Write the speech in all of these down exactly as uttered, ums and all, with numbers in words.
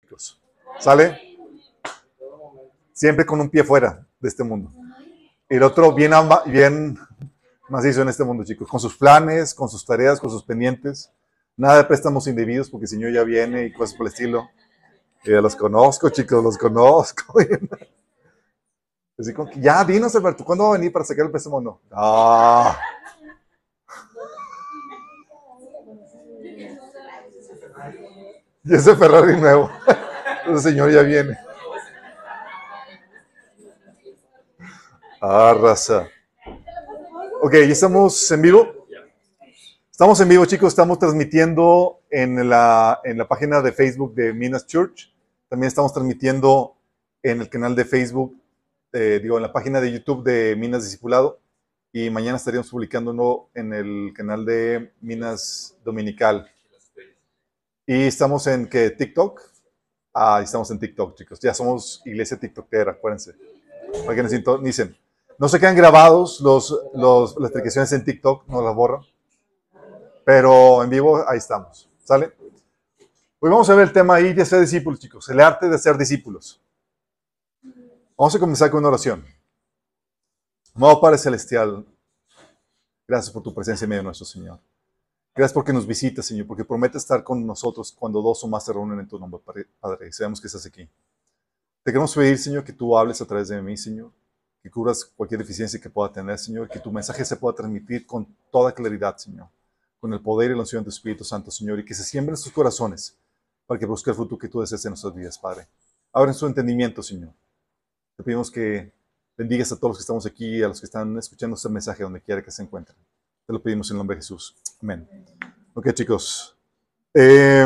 chicos. ¿Sale? Siempre con un pie fuera de este mundo. Y el otro bien, amba, bien macizo en este mundo, chicos. Con sus planes, con sus tareas, con sus pendientes. Nada de préstamos indebidos porque el Señor ya viene y cosas por el estilo. Y ya los conozco, chicos, los conozco. Así como que, ya, dinos, Alberto, ¿cuándo va a venir para sacar el préstamo o no? Ah. Y ese Ferrari nuevo. El Señor ya viene. Ah, raza. Ok, ¿ya estamos en vivo? Estamos en vivo, chicos. Estamos transmitiendo en la, en la página de Facebook de Minas Church. También estamos transmitiendo en el canal de Facebook, eh, digo, en la página de YouTube de Minas Discipulado. Y mañana estaríamos publicándolo en el canal de Minas Dominical. Y estamos en, ¿qué? ¿TikTok? Ah, estamos en TikTok, chicos. Ya somos iglesia tiktokera, acuérdense. Para que nos sintonicen. No se quedan grabados los, los, las predicaciones en TikTok, no las borran. Pero en vivo, ahí estamos. ¿Sale? Hoy vamos a ver el tema ahí de ser discípulos, chicos. El arte de ser discípulos. Vamos a comenzar con una oración. Amado Padre Celestial, gracias por tu presencia en medio de nuestro Señor. Gracias porque nos visitas, Señor, porque prometes estar con nosotros cuando dos o más se reúnen en tu nombre, Padre. Y sabemos que estás aquí. Te queremos pedir, Señor, que tú hables a través de mí, Señor. Que cubras cualquier deficiencia que pueda tener, Señor. Que tu mensaje se pueda transmitir con toda claridad, Señor. Con el poder y la unción de tu Espíritu Santo, Señor. Y que se siembren en sus corazones para que busque el fruto que tú desees en nuestras vidas, Padre. Abre su entendimiento, Señor. Te pedimos que bendigas a todos los que estamos aquí y a los que están escuchando este mensaje donde quiera que se encuentren. Te lo pedimos en el nombre de Jesús. Amén. Ok, chicos. Eh,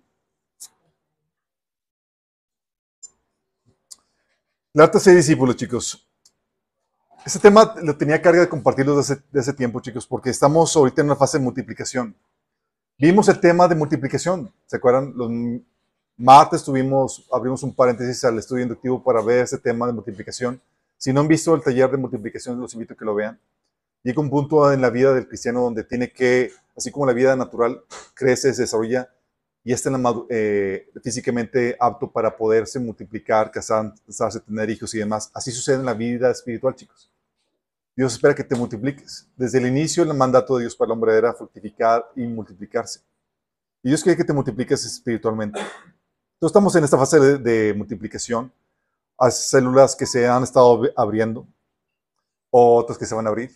el arte de ser discípulos, chicos. Este tema lo tenía carga de compartirlo desde hace, desde hace tiempo, chicos, porque estamos ahorita en una fase de multiplicación. Vimos el tema de multiplicación. ¿Se acuerdan? Los martes tuvimos, abrimos un paréntesis al estudio inductivo para ver ese tema de multiplicación. Si no han visto el taller de multiplicación, los invito a que lo vean. Llega un punto en la vida del cristiano donde tiene que, así como la vida natural, crece, se desarrolla y está en la, eh, físicamente apto para poderse multiplicar, casarse, tener hijos y demás. Así sucede en la vida espiritual, chicos. Dios espera que te multipliques. Desde el inicio, el mandato de Dios para el hombre era fructificar y multiplicarse. Y Dios quiere que te multipliques espiritualmente. Entonces estamos en esta fase de, de multiplicación. Hay células que se han estado abriendo, otras que se van a abrir.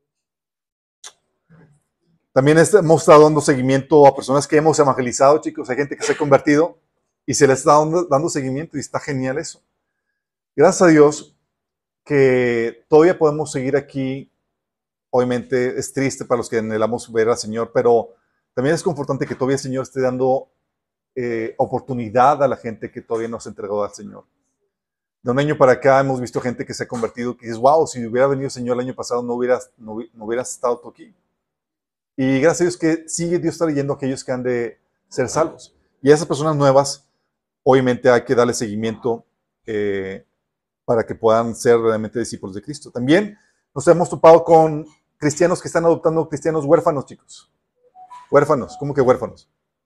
También hemos estado dando seguimiento a personas que hemos evangelizado, chicos. Hay gente que se ha convertido y se les está dando, dando seguimiento y está genial eso. Gracias a Dios que todavía podemos seguir aquí. Obviamente es triste para los que anhelamos ver al Señor, pero también es confortante que todavía el Señor esté dando eh, oportunidad a la gente que todavía no se ha entregado al Señor. De un año para acá hemos visto gente que se ha convertido, que dices, wow, si hubiera venido el Señor el año pasado no hubieras, no, no hubieras estado tú aquí. Y gracias a Dios que sigue Dios trayendo a aquellos que han de ser salvos. Y a esas personas nuevas, obviamente hay que darle seguimiento eh, para que puedan ser realmente discípulos de Cristo. También nos hemos topado con cristianos que están adoptando cristianos huérfanos, chicos. Huérfanos, ¿cómo que huérfanos?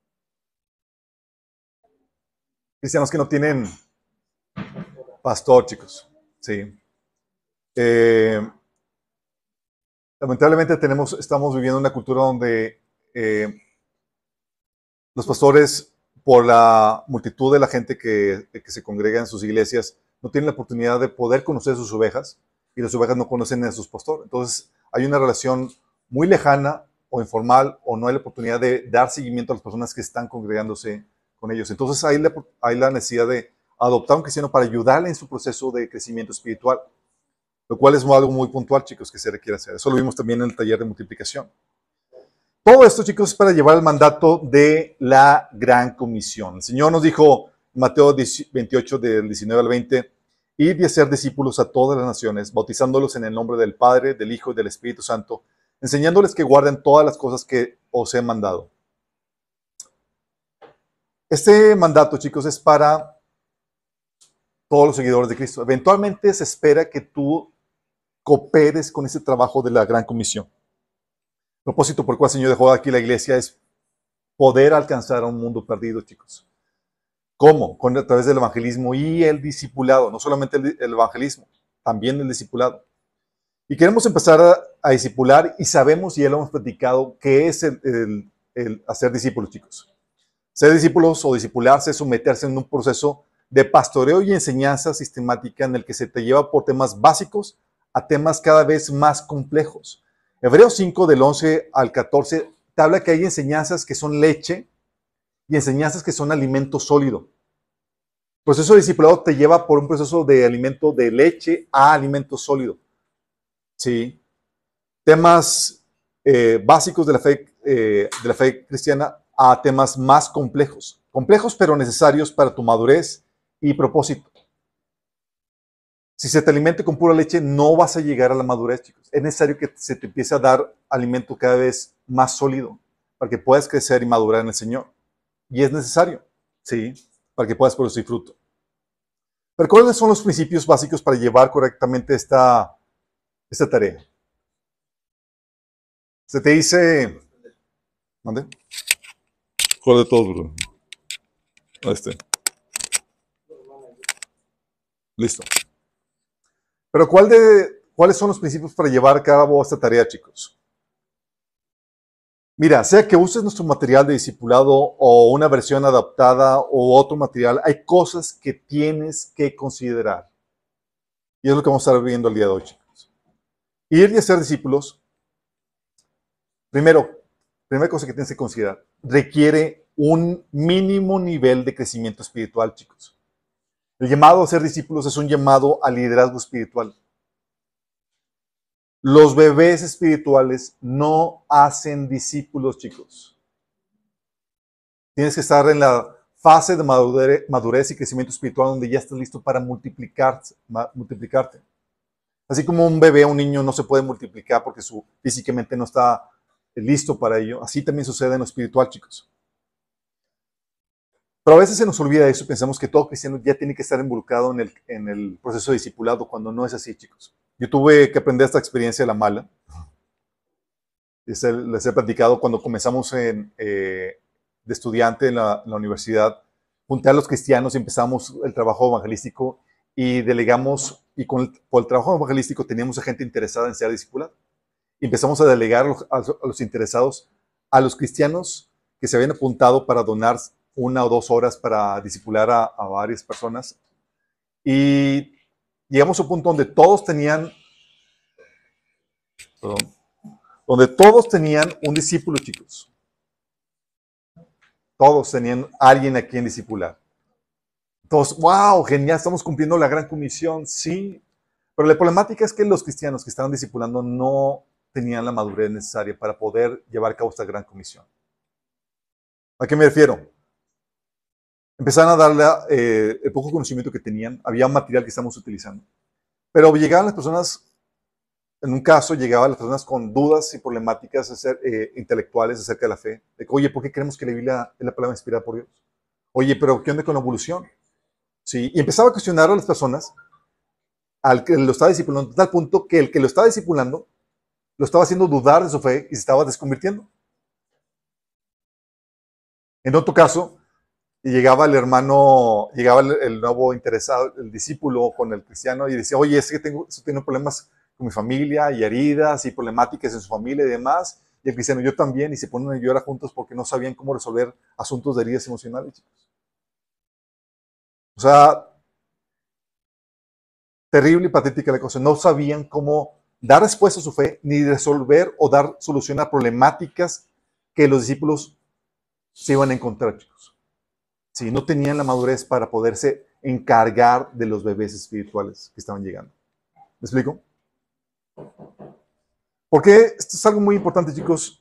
Cristianos que no tienen pastor, chicos. Sí. Eh, lamentablemente tenemos, estamos viviendo una cultura donde eh, los pastores, por la multitud de la gente que, que se congrega en sus iglesias, no tienen la oportunidad de poder conocer a sus ovejas y las ovejas no conocen a sus pastores. Entonces hay una relación muy lejana o informal o no hay la oportunidad de dar seguimiento a las personas que están congregándose con ellos. Entonces hay la, hay la necesidad de adoptar a un cristiano para ayudarle en su proceso de crecimiento espiritual, lo cual es algo muy puntual, chicos, que se requiere hacer. Eso lo vimos también en el taller de multiplicación. Todo esto, chicos, es para llevar el mandato de la Gran Comisión. El Señor nos dijo en Mateo veintiocho, del diecinueve al veinte, ir y hacer discípulos a todas las naciones, bautizándolos en el nombre del Padre, del Hijo y del Espíritu Santo, enseñándoles que guarden todas las cosas que os he mandado. Este mandato, chicos, es para todos los seguidores de Cristo. Eventualmente se espera que tú cooperes con ese trabajo de la Gran Comisión. El propósito por el cual el Señor dejó aquí la iglesia es poder alcanzar a un mundo perdido, chicos. ¿Cómo? Con, a través del evangelismo y el discipulado. No solamente el, el evangelismo, también el discipulado. Y queremos empezar a, a discipular y sabemos, y ya lo hemos platicado, qué es el, el, el hacer discípulos, chicos. Ser discípulos o discipularse es someterse en un proceso de pastoreo y enseñanza sistemática en el que se te lleva por temas básicos a temas cada vez más complejos. Hebreos cinco, del once al catorce, te habla que hay enseñanzas que son leche y enseñanzas que son alimento sólido. El proceso de discipulado te lleva por un proceso de alimento de leche a alimento sólido. ¿Sí? Temas eh, básicos de la fe, eh, de la fe cristiana a temas más complejos. Complejos pero necesarios para tu madurez y propósito. Si se te alimenta con pura leche, no vas a llegar a la madurez, chicos. Es necesario que se te empiece a dar alimento cada vez más sólido para que puedas crecer y madurar en el Señor. Y es necesario, ¿sí? Para que puedas producir fruto. Pero ¿cuáles son los principios básicos para llevar correctamente esta, esta tarea? Se te dice... ¿Mande? ¿Cuál de todos, bro? Este. Listo. Pero ¿cuál de, ¿cuáles son los principios para llevar a cabo esta tarea, chicos? Mira, sea que uses nuestro material de discipulado o una versión adaptada o otro material, hay cosas que tienes que considerar. Y es lo que vamos a estar viendo el día de hoy, chicos. Ir y hacer discípulos, primero, primera cosa que tienes que considerar, requiere un mínimo nivel de crecimiento espiritual, chicos. El llamado a ser discípulos es un llamado al liderazgo espiritual. Los bebés espirituales no hacen discípulos, chicos. Tienes que estar en la fase de madurez, madurez y crecimiento espiritual donde ya estás listo para multiplicarse, multiplicarte. Así como un bebé, un niño no se puede multiplicar porque su, físicamente no está listo para ello, así también sucede en lo espiritual, chicos. Pero a veces se nos olvida eso y pensamos que todo cristiano ya tiene que estar involucrado en el, en el proceso de discipulado, cuando no es así, chicos. Yo tuve que aprender esta experiencia de la mala. Les he, les he platicado cuando comenzamos en, eh, de estudiante en la, en la universidad, junté a los cristianos y empezamos el trabajo evangelístico y delegamos, y con el, por el trabajo evangelístico teníamos a gente interesada en ser discipulada. Y empezamos a delegar a los, a los interesados, a los cristianos que se habían apuntado para donar una o dos horas para discipular a, a varias personas. Y llegamos a un punto donde todos tenían, perdón, donde todos tenían un discípulo, chicos. Todos tenían alguien a quien discipular. Todos, wow, genial, estamos cumpliendo la gran comisión, sí. Pero la problemática es que los cristianos que estaban discipulando no tenían la madurez necesaria para poder llevar a cabo esta gran comisión. ¿A qué me refiero? Empezaron a darle eh, el poco conocimiento que tenían, había material que estamos utilizando. Pero llegaban las personas, en un caso, llegaban las personas con dudas y problemáticas acer, eh, intelectuales acerca de la fe. De que, oye, ¿por qué creemos que la Biblia es la palabra inspirada por Dios? Oye, pero ¿qué onda con la evolución? ¿Sí? Y empezaba a cuestionar a las personas al que lo estaba discipulando, a tal punto que el que lo estaba discipulando lo estaba haciendo dudar de su fe y se estaba desconvirtiendo. En otro caso, y llegaba el hermano, llegaba el, el nuevo interesado, el discípulo con el cristiano y decía, oye, es que tengo, tengo problemas con mi familia y heridas y problemáticas en su familia y demás. Y el cristiano, yo también, y se ponen a llorar juntos porque no sabían cómo resolver asuntos de heridas emocionales, chicos. O sea, terrible y patética la cosa. No sabían cómo dar respuesta a su fe, ni resolver o dar solución a problemáticas que los discípulos se iban a encontrar, chicos. Sí, no tenían la madurez para poderse encargar de los bebés espirituales que estaban llegando. ¿Me explico? Porque esto es algo muy importante, chicos.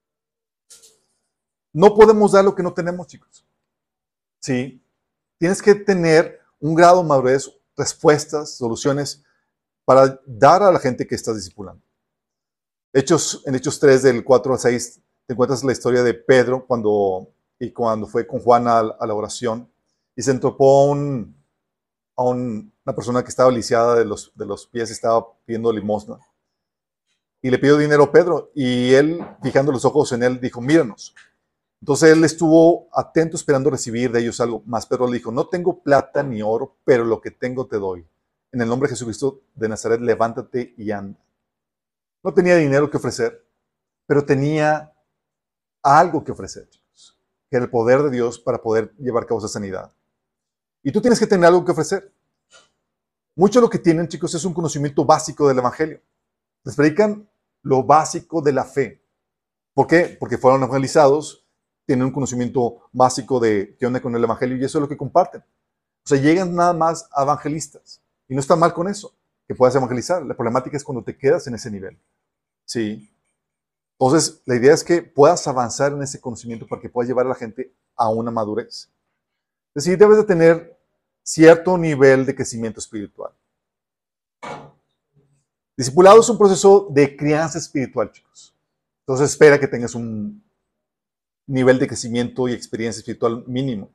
No podemos dar lo que no tenemos, chicos. Sí. Tienes que tener un grado de madurez, respuestas, soluciones para dar a la gente que estás discipulando. Hechos, en Hechos tres, del cuatro al seis, te encuentras la historia de Pedro cuando... y cuando fue con Juan a, a la oración, y se entropó un, a un, una persona que estaba lisiada de los, de los pies y estaba pidiendo limosna. Y le pidió dinero a Pedro, y él, fijando los ojos en él, dijo, míranos. Entonces él estuvo atento esperando recibir de ellos algo. Más Pedro le dijo, no tengo plata ni oro, pero lo que tengo te doy. En el nombre de Jesucristo de Nazaret, levántate y anda. No tenía dinero que ofrecer, pero tenía algo que ofrecer, chicos, que era el poder de Dios para poder llevar a cabo esa sanidad. Y tú tienes que tener algo que ofrecer. Mucho de lo que tienen, chicos, es un conocimiento básico del Evangelio. Les predican lo básico de la fe. ¿Por qué? Porque fueron evangelizados, tienen un conocimiento básico de qué onda con el Evangelio y eso es lo que comparten. O sea, llegan nada más a evangelistas. Y no está mal con eso, que puedas evangelizar. La problemática es cuando te quedas en ese nivel. Sí. Entonces, la idea es que puedas avanzar en ese conocimiento para que puedas llevar a la gente a una madurez. Es decir, debes de tener cierto nivel de crecimiento espiritual. Discipulado es un proceso de crianza espiritual, chicos. Entonces, espera que tengas un nivel de crecimiento y experiencia espiritual mínimo.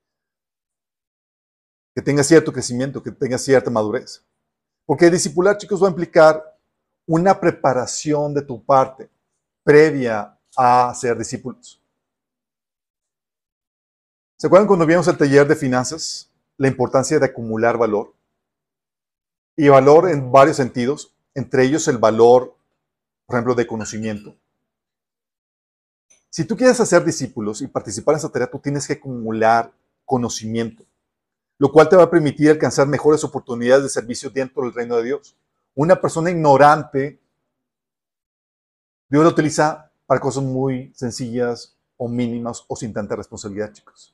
Que tengas cierto crecimiento, que tengas cierta madurez. Porque discipular, chicos, va a implicar una preparación de tu parte previa a ser discípulos. ¿Se acuerdan cuando vimos el taller de finanzas? La importancia de acumular valor. Y valor en varios sentidos, entre ellos el valor, por ejemplo, de conocimiento. Si tú quieres hacer discípulos y participar en esta tarea, tú tienes que acumular conocimiento, lo cual te va a permitir alcanzar mejores oportunidades de servicio dentro del reino de Dios. Una persona ignorante, Dios la utiliza para cosas muy sencillas o mínimas o sin tanta responsabilidad, chicos.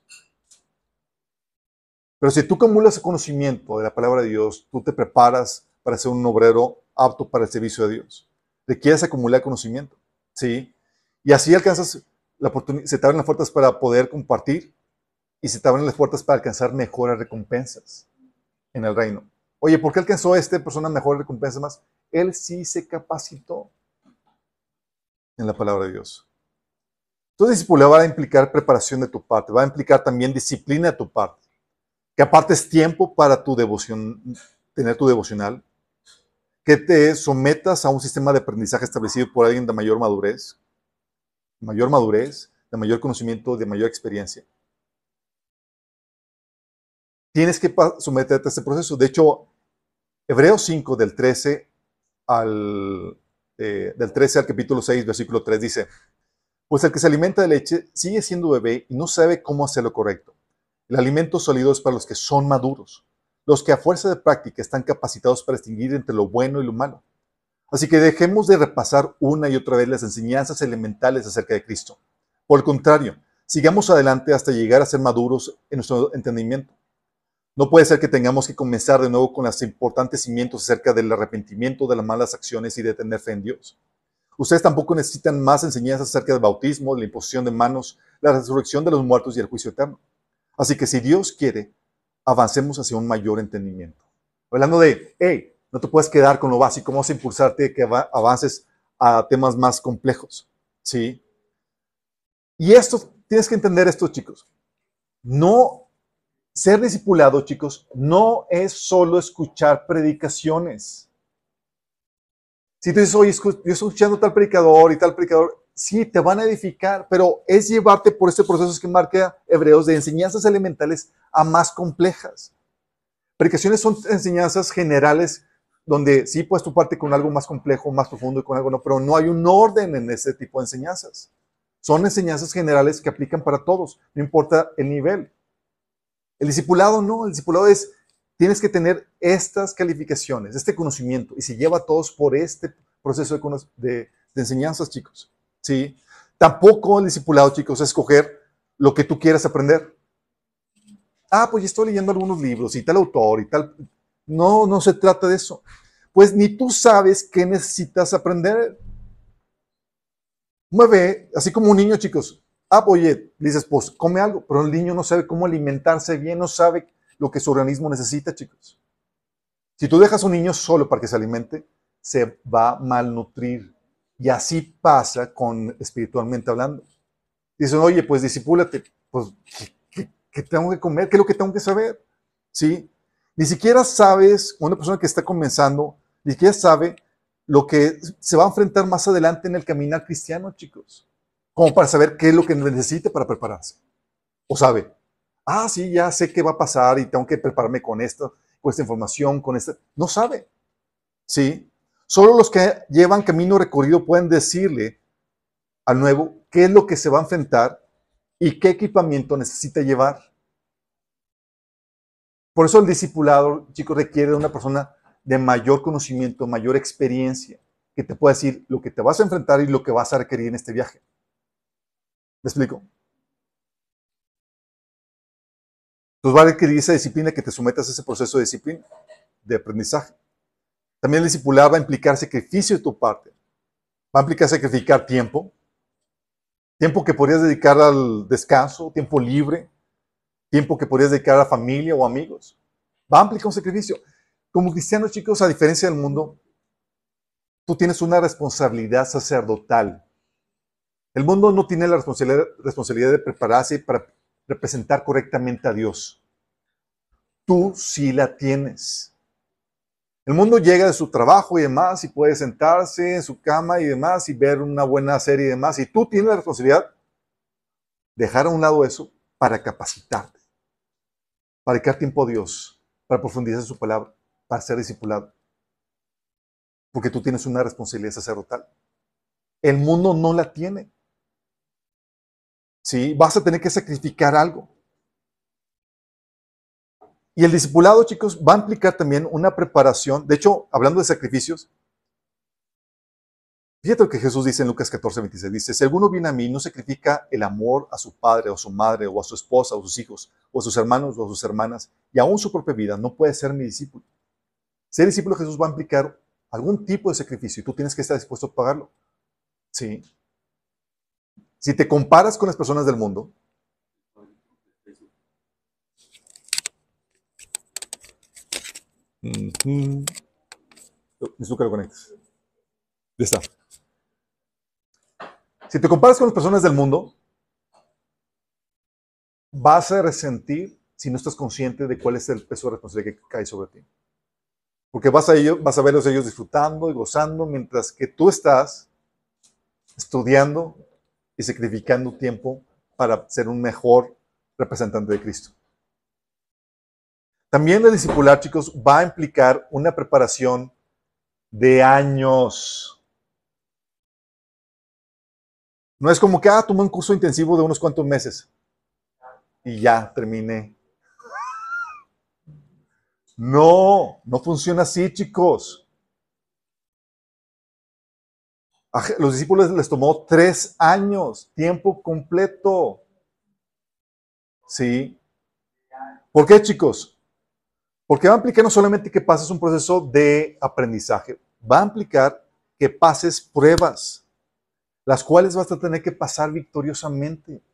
Pero si tú acumulas conocimiento de la palabra de Dios, tú te preparas para ser un obrero apto para el servicio de Dios. Requieres acumular conocimiento, ¿sí? Y así alcanzas la oportunidad, se te abren las puertas para poder compartir y se te abren las puertas para alcanzar mejores recompensas en el reino. Oye, ¿por qué alcanzó esta persona mejores recompensas más? Él sí se capacitó en la palabra de Dios. Entonces, discipulado va a implicar preparación de tu parte, va a implicar también disciplina de tu parte. Que apartes tiempo para tu devoción, tener tu devocional, que te sometas a un sistema de aprendizaje establecido por alguien de mayor madurez, mayor madurez, de mayor conocimiento, de mayor experiencia. Tienes que someterte a este proceso. De hecho, Hebreos cinco, del trece al, eh, del trece al capítulo seis, versículo tres, dice, pues el que se alimenta de leche sigue siendo bebé y no sabe cómo hacer lo correcto. El alimento sólido es para los que son maduros, los que a fuerza de práctica están capacitados para distinguir entre lo bueno y lo malo. Así que dejemos de repasar una y otra vez las enseñanzas elementales acerca de Cristo. Por el contrario, sigamos adelante hasta llegar a ser maduros en nuestro entendimiento. No puede ser que tengamos que comenzar de nuevo con los importantes cimientos acerca del arrepentimiento de las malas acciones y de tener fe en Dios. Ustedes tampoco necesitan más enseñanzas acerca del bautismo, la imposición de manos, la resurrección de los muertos y el juicio eterno. Así que si Dios quiere, avancemos hacia un mayor entendimiento. Hablando de, hey, no te puedes quedar con lo básico, vamos a impulsarte a que avances a temas más complejos. ¿Sí? Y esto, tienes que entender esto, chicos. No, ser discipulado, chicos, no es solo escuchar predicaciones. Si tú dices, oye, yo estoy escuchando tal predicador y tal predicador, sí, te van a edificar, pero es llevarte por este proceso que marca Hebreos de enseñanzas elementales a más complejas. Predicaciones son enseñanzas generales donde sí puedes tu parte con algo más complejo, más profundo y con algo no, pero no hay un orden en ese tipo de enseñanzas. Son enseñanzas generales que aplican para todos, no importa el nivel. El discipulado no, el discipulado es, tienes que tener estas calificaciones, este conocimiento, y se lleva a todos por este proceso de, de, de enseñanzas, chicos. ¿Sí? Tampoco el discipulado, chicos, es escoger lo que tú quieras aprender. Ah, pues yo estoy leyendo algunos libros y tal autor y tal. No, no se trata de eso. Pues ni tú sabes qué necesitas aprender. Un bebé, así como un niño, chicos. Ah, oye, dices, pues come algo, pero el niño no sabe cómo alimentarse bien, no sabe lo que su organismo necesita, chicos. Si tú dejas a un niño solo para que se alimente, se va a malnutrir. Y así pasa con espiritualmente hablando. Dicen, oye, pues discipúlate. Pues, ¿qué, qué, qué tengo que comer? ¿Qué es lo que tengo que saber? ¿Sí? Ni siquiera sabes, una persona que está comenzando, ni siquiera sabe lo que se va a enfrentar más adelante en el caminar cristiano, chicos. como para saber qué es lo que necesita para prepararse. O sabe, ah, sí, ya sé qué va a pasar y tengo que prepararme con esto, con esta información, con esta. No sabe. ¿Sí? Solo los que llevan camino recorrido pueden decirle al nuevo qué es lo que se va a enfrentar y qué equipamiento necesita llevar. Por eso el discipulado, chicos, requiere de una persona de mayor conocimiento, mayor experiencia, que te pueda decir lo que te vas a enfrentar y lo que vas a requerir en este viaje. ¿Me explico? Entonces va a requerir esa disciplina, que te sometas a ese proceso de disciplina, de aprendizaje. También el discipular va a implicar sacrificio de tu parte. Va a implicar sacrificar tiempo, tiempo que podrías dedicar al descanso, tiempo libre, tiempo que podrías dedicar a la familia o amigos. Va a implicar un sacrificio. Como cristianos, chicos, a diferencia del mundo, tú tienes una responsabilidad sacerdotal. El mundo no tiene la responsabilidad, responsabilidad de prepararse para representar correctamente a Dios. Tú sí la tienes. El mundo llega de su trabajo y demás y puede sentarse en su cama y demás y ver una buena serie y demás. Y tú tienes la responsabilidad de dejar a un lado eso para capacitarte, para dedicar tiempo a Dios, para profundizar en su palabra, para ser discipulado. Porque tú tienes una responsabilidad sacerdotal. El mundo no la tiene. ¿Sí? Vas a tener que sacrificar algo. Y el discipulado, chicos, va a implicar también una preparación. De hecho, hablando de sacrificios, fíjate lo que Jesús dice en Lucas catorce, veintiséis. Dice, si alguno viene a mí, no sacrifica el amor a su padre o a su madre o a su esposa o a sus hijos o a sus hermanos o a sus hermanas y aún su propia vida, no puede ser mi discípulo. Ser discípulo de Jesús va a implicar algún tipo de sacrificio y tú tienes que estar dispuesto a pagarlo. Sí. Si te comparas con las personas del mundo, uh-huh. Necesito que lo conectes. Ya está. Si te comparas con las personas del mundo, vas a resentir si no estás consciente de cuál es el peso de responsabilidad que cae sobre ti. Porque vas a, ellos, vas a verlos ellos disfrutando y gozando, mientras que tú estás estudiando y sacrificando tiempo para ser un mejor representante de Cristo. También el discipular, chicos, va a implicar una preparación de años. No es como que, ah, tomé un curso intensivo de unos cuantos meses y ya terminé. No, no funciona así, chicos. A los discípulos les tomó tres años, tiempo completo. ¿Sí? ¿Por qué, chicos? Porque va a implicar no solamente que pases un proceso de aprendizaje, va a implicar que pases pruebas, las cuales vas a tener que pasar victoriosamente.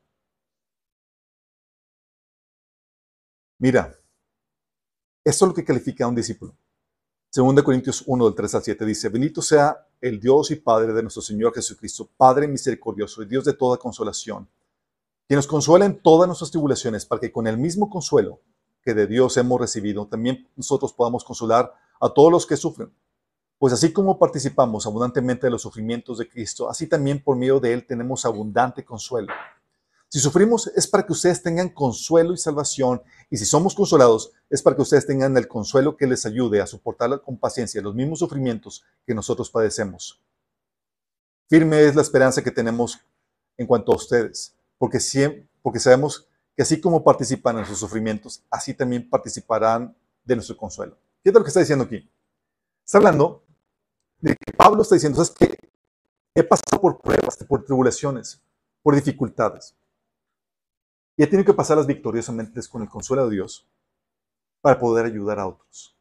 Mira, esto es lo que califica a un discípulo. Segunda Corintios uno, del tres al siete, dice, bendito sea el Dios y Padre de nuestro Señor Jesucristo, Padre misericordioso y Dios de toda consolación, que nos consuela en todas nuestras tribulaciones, para que con el mismo consuelo que de Dios hemos recibido, también nosotros podamos consolar a todos los que sufren. Pues así como participamos abundantemente de los sufrimientos de Cristo, así también por medio de Él tenemos abundante consuelo. Si sufrimos es para que ustedes tengan consuelo y salvación, y si somos consolados es para que ustedes tengan el consuelo que les ayude a soportar con paciencia los mismos sufrimientos que nosotros padecemos. Firme es la esperanza que tenemos en cuanto a ustedes, porque, siempre, porque sabemos que así como participan en sus sufrimientos, así también participarán de nuestro consuelo. ¿Qué es lo que está diciendo aquí? Está hablando de que Pablo está diciendo, ¿sabes qué? He pasado por pruebas, por tribulaciones, por dificultades. Y he tenido que pasarlas victoriosamente con el consuelo de Dios para poder ayudar a otros.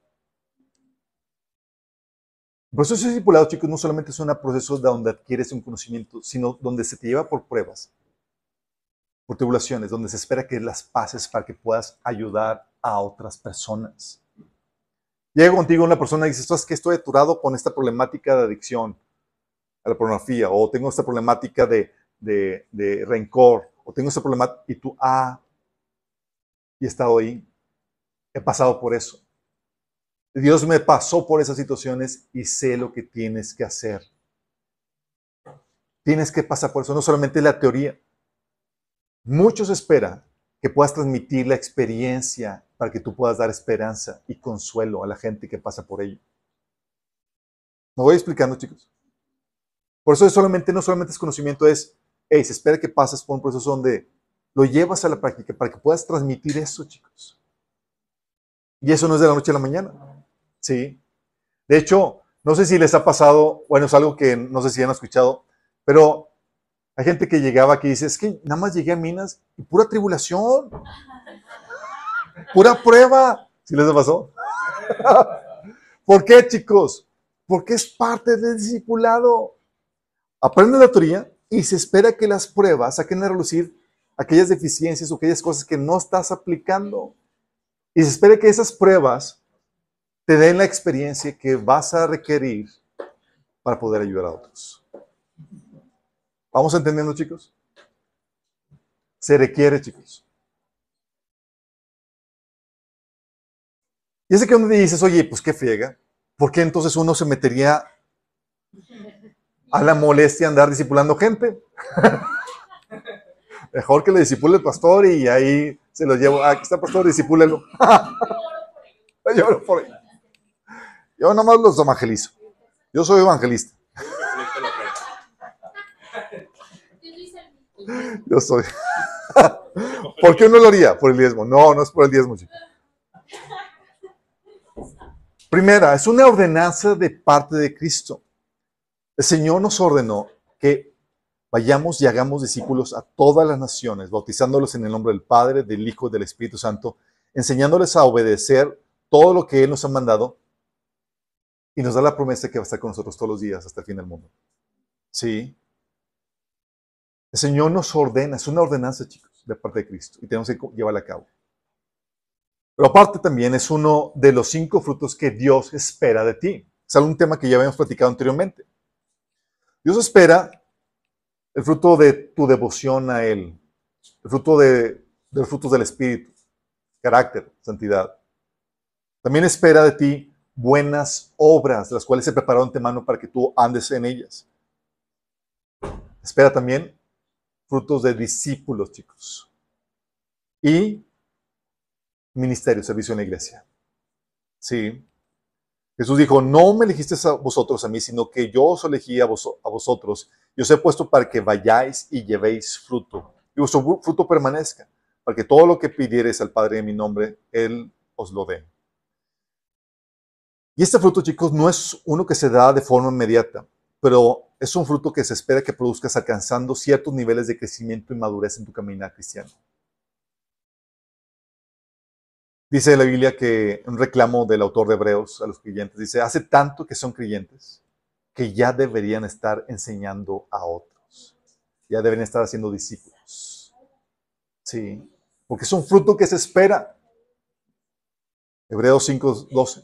El proceso de discipulado, chicos, no solamente es un proceso donde adquieres un conocimiento, sino donde se te lleva por pruebas, por tribulaciones, donde se espera que las pases para que puedas ayudar a otras personas. Llega contigo una persona y dice, ¿sabes qué? Estoy aturado con esta problemática de adicción a la pornografía, o tengo esta problemática de, de, de rencor, o tengo esta problemática, y tú, ah, y he estado ahí, he pasado por eso. Dios me pasó por esas situaciones y sé lo que tienes que hacer. Tienes que pasar por eso, no solamente la teoría. Muchos esperan que puedas transmitir la experiencia para que tú puedas dar esperanza y consuelo a la gente que pasa por ello. ¿Me voy explicando, chicos? Por eso es solamente, no solamente es conocimiento, es, hey, se espera que pases por un proceso donde lo llevas a la práctica para que puedas transmitir eso, chicos. Y eso no es de la noche a la mañana. Sí. De hecho, no sé si les ha pasado, bueno, es algo que no sé si han escuchado, pero hay gente que llegaba aquí y dice, es que nada más llegué a Minas y pura tribulación, pura prueba. ¿Sí les pasó? ¿Por qué, chicos? Porque es parte del discipulado. Aprende la teoría y se espera que las pruebas saquen a relucir aquellas deficiencias o aquellas cosas que no estás aplicando. Y se espera que esas pruebas te den la experiencia que vas a requerir para poder ayudar a otros. ¿Vamos entendiendo, chicos? Se requiere, chicos. Y ese que donde dices, oye, pues qué friega. ¿Por qué entonces uno se metería a la molestia de andar discipulando gente? Mejor que le disipule el pastor y ahí se lo llevo. Ah, aquí está el pastor, disipúlelo. Yo oro por él. Yo nomás los evangelizo. Yo soy evangelista. Yo soy. ¿Por qué uno lo haría? Por el diezmo. No, no es por el diezmo, chicos. Primera, es una ordenanza de parte de Cristo. El Señor nos ordenó que vayamos y hagamos discípulos a todas las naciones, bautizándolos en el nombre del Padre, del Hijo y del Espíritu Santo, enseñándoles a obedecer todo lo que Él nos ha mandado y nos da la promesa que va a estar con nosotros todos los días hasta el fin del mundo. Sí. El Señor nos ordena, es una ordenanza, chicos, de parte de Cristo y tenemos que llevarla a cabo. Pero aparte también es uno de los cinco frutos que Dios espera de ti. Es algún tema que ya habíamos platicado anteriormente. Dios espera el fruto de tu devoción a Él, el fruto de, de los frutos del Espíritu, carácter, santidad. También espera de ti buenas obras, las cuales se prepararon de antemano para que tú andes en ellas. Espera también frutos de discípulos, chicos. Y ministerio, servicio en la iglesia. Sí. Jesús dijo, no me elegiste a vosotros a mí, sino que yo os elegí a, vos, a vosotros y os he puesto para que vayáis y llevéis fruto. Y vuestro fruto permanezca, para que todo lo que pidiereis al Padre en mi nombre, Él os lo dé. Y este fruto, chicos, no es uno que se da de forma inmediata, pero es un fruto que se espera que produzcas alcanzando ciertos niveles de crecimiento y madurez en tu caminar cristiano. Dice la Biblia que un reclamo del autor de Hebreos a los creyentes, dice, hace tanto que son creyentes que ya deberían estar enseñando a otros. Ya deberían estar haciendo discípulos. Sí, porque es un fruto que se espera. Hebreos cinco doce.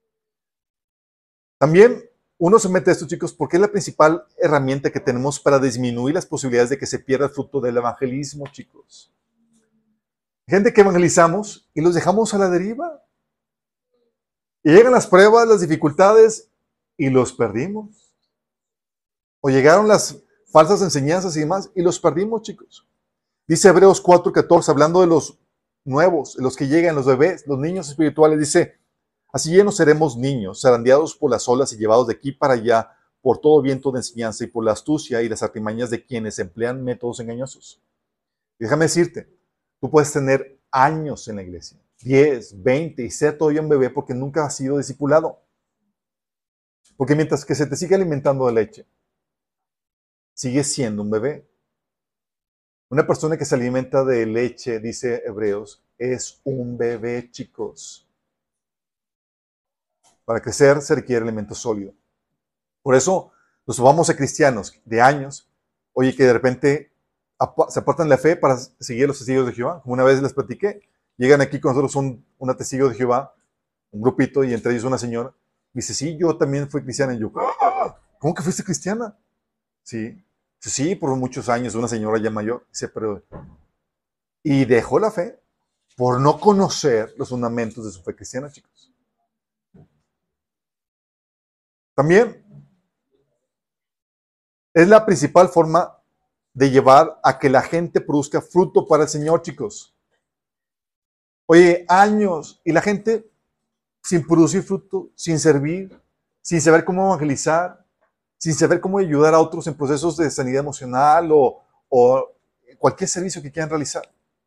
También uno se mete a esto, chicos, porque es la principal herramienta que tenemos para disminuir las posibilidades de que se pierda el fruto del evangelismo, chicos. Gente que evangelizamos y los dejamos a la deriva. Y llegan las pruebas, las dificultades y los perdimos. O llegaron las falsas enseñanzas y demás y los perdimos, chicos. Dice Hebreos cuatro catorce, hablando de los nuevos, los que llegan, los bebés, los niños espirituales, dice, así ya no seremos niños, zarandeados por las olas y llevados de aquí para allá por todo viento de enseñanza y por la astucia y las artimañas de quienes emplean métodos engañosos. Y déjame decirte, tú puedes tener años en la iglesia, diez, veinte, y ser todavía un bebé porque nunca has sido discipulado. Porque mientras que se te sigue alimentando de leche, sigues siendo un bebé. Una persona que se alimenta de leche, dice Hebreos, es un bebé, chicos. Para crecer se requiere alimento sólido. Por eso los famosos cristianos de años, oye, que de repente se apartan de la fe para seguir a los testigos de Jehová. Como una vez les platiqué, llegan aquí con nosotros un, una testigo de Jehová, un grupito, y entre ellos una señora. Dice, sí, yo también fui cristiana. Y yo, ¿cómo que fuiste cristiana? Sí. Dice, sí, por muchos años, una señora ya mayor. Dice, pero... Y dejó la fe por no conocer los fundamentos de su fe cristiana, chicos. También Es la principal forma de llevar a que la gente produzca fruto para el Señor, chicos. Oye, años, y la gente sin producir fruto, sin servir, sin saber cómo evangelizar, sin saber cómo ayudar a otros en procesos de sanidad emocional o, o cualquier servicio que quieran realizar.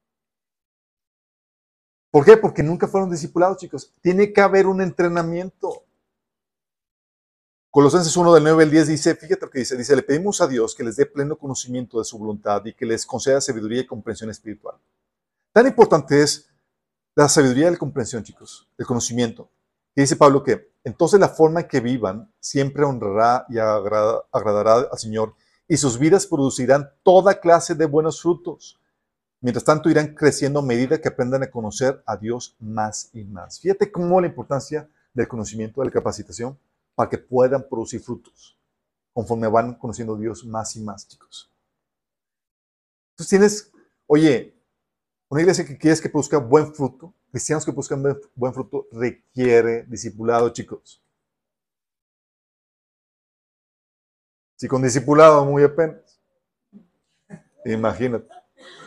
¿Por qué? Porque nunca fueron discipulados, chicos. Tiene que haber un entrenamiento. Colosenses uno del nueve al diez dice, fíjate lo que dice, dice, le pedimos a Dios que les dé pleno conocimiento de su voluntad y que les conceda sabiduría y comprensión espiritual. Tan importante es la sabiduría y la comprensión, chicos, el conocimiento. Y dice Pablo que entonces la forma en que vivan siempre honrará y agrada, agradará al Señor y sus vidas producirán toda clase de buenos frutos. Mientras tanto irán creciendo a medida que aprendan a conocer a Dios más y más. Fíjate cómo la importancia del conocimiento, de la capacitación, para que puedan producir frutos, conforme van conociendo a Dios más y más, chicos. Entonces tienes, oye, una iglesia que quieres que produzca buen fruto, cristianos que buscan buen fruto, requiere discipulado, chicos. Si con discipulado muy apenas, imagínate.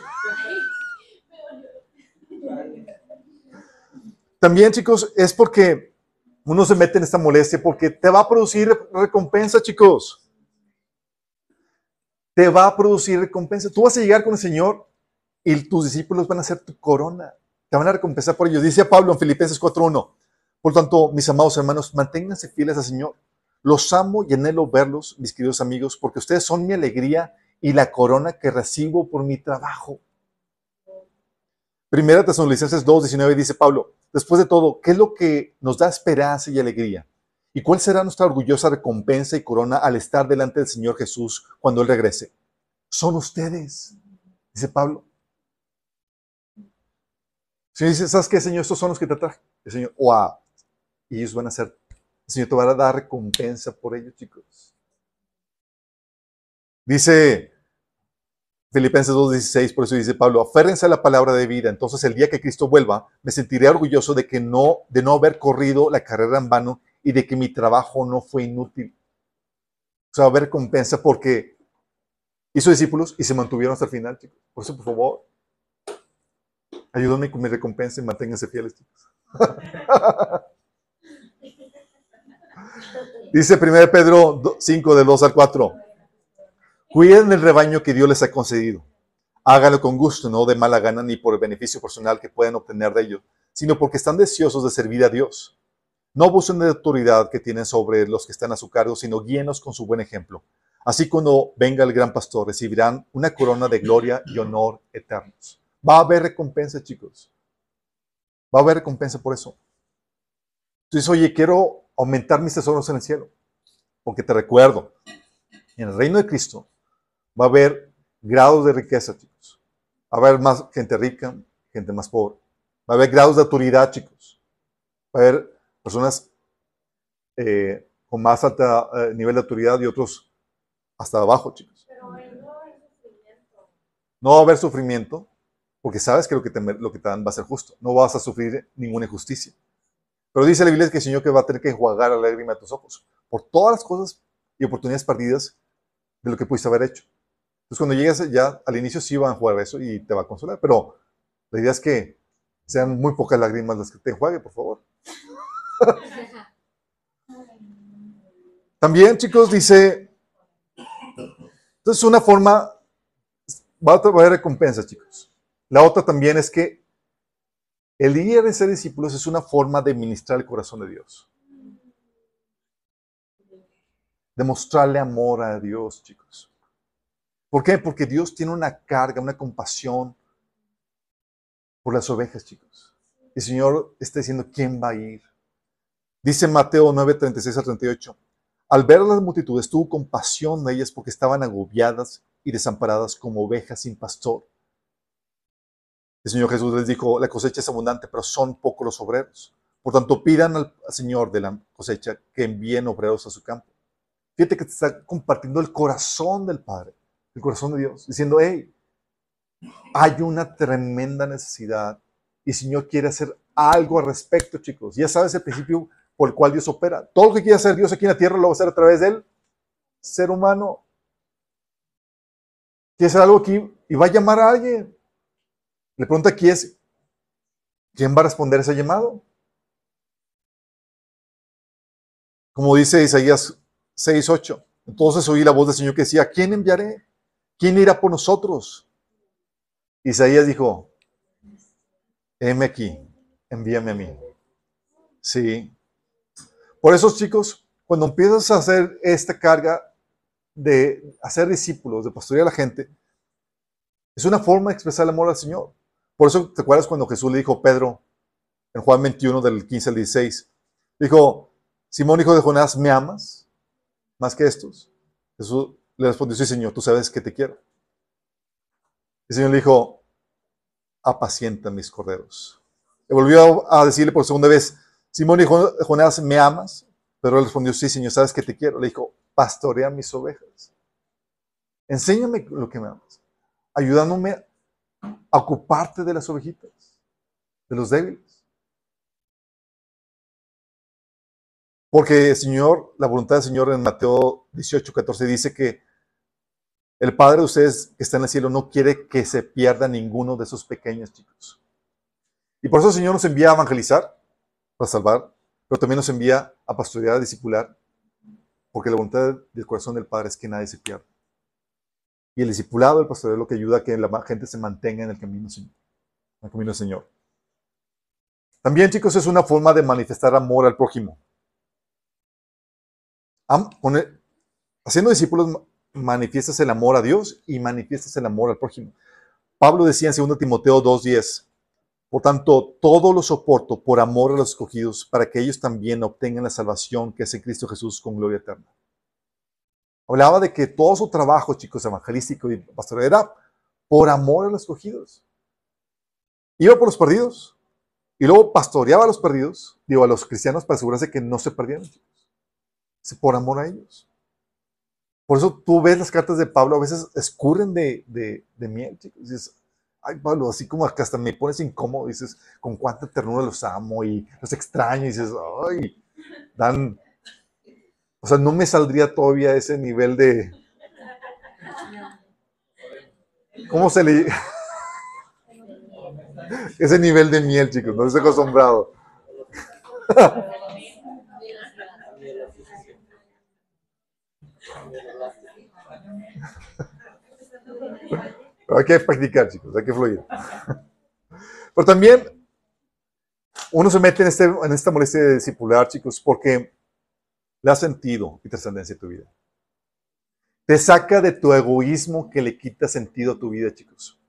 También, chicos, es porque uno se mete en esta molestia porque te va a producir recompensa, chicos. Te va a producir recompensa. Tú vas a llegar con el Señor y tus discípulos van a ser tu corona. Te van a recompensar por ellos. Dice Pablo en Filipenses cuatro uno. Por tanto, mis amados hermanos, manténganse fieles al Señor. Los amo y anhelo verlos, mis queridos amigos, porque ustedes son mi alegría y la corona que recibo por mi trabajo. Primera Tesalonicenses dos diecinueve dice Pablo, después de todo, ¿qué es lo que nos da esperanza y alegría? ¿Y cuál será nuestra orgullosa recompensa y corona al estar delante del Señor Jesús cuando Él regrese? Son ustedes, dice Pablo. El Señor dice, ¿sabes qué, Señor? Estos son los que te traje. El Señor, wow. Y ellos van a ser, el Señor te va a dar recompensa por ellos, chicos. Dice Filipenses dos dieciséis, por eso dice Pablo, aférrense a la palabra de vida. Entonces el día que Cristo vuelva, me sentiré orgulloso de que no, de no haber corrido la carrera en vano y de que mi trabajo no fue inútil. O sea, va a haber recompensa porque hizo discípulos y se mantuvieron hasta el final, chicos. Por eso, por favor, ayúdenme con mi recompensa y manténganse fieles, chicos. Dice primero Pedro cinco, del dos al cuatro. Cuiden el rebaño que Dios les ha concedido. Háganlo con gusto, no de mala gana ni por el beneficio personal que puedan obtener de ello, sino porque están deseosos de servir a Dios. No abusen de la autoridad que tienen sobre los que están a su cargo, sino guíenlos con su buen ejemplo. Así cuando venga el gran pastor, recibirán una corona de gloria y honor eternos. Va a haber recompensa, chicos. Va a haber recompensa por eso. Entonces, oye, quiero aumentar mis tesoros en el cielo. Porque te recuerdo, en el reino de Cristo va a haber grados de riqueza, chicos. Va a haber más gente rica, gente más pobre. Va a haber grados de autoridad, chicos. Va a haber personas eh, con más alto eh, nivel de autoridad y otros hasta abajo, chicos. Pero ahí no hay sufrimiento. No va a haber sufrimiento porque sabes que lo que, te, lo que te dan va a ser justo. No vas a sufrir ninguna injusticia. Pero dice la Biblia que el Señor que va a tener que enjuagar la lágrima de tus ojos por todas las cosas y oportunidades perdidas de lo que pudiste haber hecho. Entonces, cuando llegues ya al inicio sí va a enjuagar eso y te va a consolar, pero la idea es que sean muy pocas lágrimas las que te enjuague, por favor. También, chicos, dice, entonces una forma, va a haber recompensas, chicos. La otra también es que el día de ser discípulos es una forma de ministrar el corazón de Dios. De mostrarle amor a Dios, chicos. ¿Por qué? Porque Dios tiene una carga, una compasión por las ovejas, chicos. El Señor está diciendo, ¿quién va a ir? Dice Mateo nueve, treinta y seis al treinta y ocho. Al ver a las multitudes, tuvo compasión de ellas porque estaban agobiadas y desamparadas como ovejas sin pastor. El Señor Jesús les dijo, la cosecha es abundante, pero son pocos los obreros. Por tanto, pidan al Señor de la cosecha que envíen obreros a su campo. Fíjate que te está compartiendo el corazón del Padre, el corazón de Dios, diciendo, hey, hay una tremenda necesidad y el Señor quiere hacer algo al respecto, chicos. Ya sabes el principio por el cual Dios opera. Todo lo que quiere hacer Dios aquí en la tierra lo va a hacer a través del ser humano. quiere hacer algo aquí y va a llamar a alguien. Le pregunta quién es, quién va a responder ese llamado. Como dice Isaías seis ocho. Entonces oí la voz del Señor que decía, ¿a quién enviaré? ¿Quién irá por nosotros? Isaías dijo, heme aquí, envíame a mí. Sí. Por eso, chicos, cuando empiezas a hacer esta carga de hacer discípulos, de pastorear a la gente, es una forma de expresar el amor al Señor. Por eso, ¿te acuerdas cuando Jesús le dijo a Pedro, en Juan veintiuno, del quince al dieciséis, dijo, Simón, hijo de Jonás, ¿me amas más que estos? Jesús le respondió, sí, Señor, tú sabes que te quiero. El Señor le dijo, apacienta mis corderos. Le volvió a decirle por segunda vez, Simón, hijo de Jonás, ¿me amas? Pero él respondió, sí, Señor, sabes que te quiero. Le dijo, pastorea mis ovejas. Enséñame lo que me amas, ayudándome a ocuparte de las ovejitas, de los débiles. Porque el Señor, la voluntad del Señor en Mateo dieciocho, catorce dice que el Padre de ustedes que está en el cielo no quiere que se pierda ninguno de esos pequeños chicos. Y por eso el Señor nos envía a evangelizar, para salvar, pero también nos envía a pastorear, a discipular, porque la voluntad del corazón del Padre es que nadie se pierda. Y el discipulado, el pastoreo, es lo que ayuda a que la gente se mantenga en el camino, en el camino del Señor. También, chicos, es una forma de manifestar amor al prójimo. Am, el, haciendo discípulos manifiestas el amor a Dios y manifiestas el amor al prójimo. Pablo decía en segundo Timoteo dos diez, por tanto, todo lo soporto por amor a los escogidos, para que ellos también obtengan la salvación que es en Cristo Jesús con gloria eterna. Hablaba de que todo su trabajo, chicos, evangelístico y pastoral era por amor a los escogidos. Iba por los perdidos y luego pastoreaba a los perdidos, digo, a los cristianos para asegurarse que no se perdieran, chicos. Por amor a ellos. Por eso tú ves las cartas de Pablo, a veces escurren de, de, de miel, chicos. Y dices, ay, Pablo, así como que hasta me pones incómodo, dices, con cuánta ternura los amo y los extraño, y dices, ay, dan... O sea, no me saldría todavía ese nivel de... ¿Cómo se le...? Ese nivel de miel, chicos, no estoy acostumbrado. Pero hay que practicar, chicos, hay que fluir. Pero también uno se mete en, este, en esta molestia de discipular, chicos, porque le da sentido y trascendencia a tu vida. Te saca de tu egoísmo que le quita sentido a tu vida, chicos.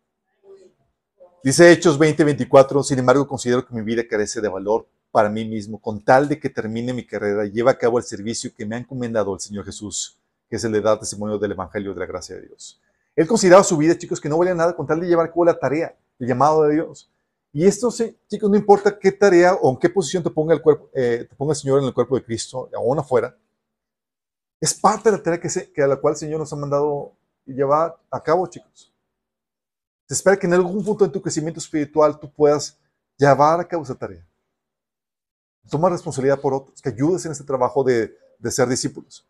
Dice Hechos veinte veinticuatro, sin embargo considero que mi vida carece de valor para mí mismo, con tal de que termine mi carrera y lleve a cabo el servicio que me ha encomendado el Señor Jesús, que es el de dar testimonio del Evangelio de la gracia de Dios. Él consideraba su vida, chicos, que no valía nada con tal de llevar a cabo la tarea, el llamado de Dios. Y esto, sí, chicos, no importa qué tarea o en qué posición te ponga el, cuerpo, eh, te ponga el Señor en el cuerpo de Cristo, aún afuera, es parte de la tarea que, se, que a la cual el Señor nos ha mandado llevar a cabo, chicos. Se espera que en algún punto de tu crecimiento espiritual tú puedas llevar a cabo esa tarea. Toma responsabilidad por otros, que ayudes en este trabajo de, de ser discípulos.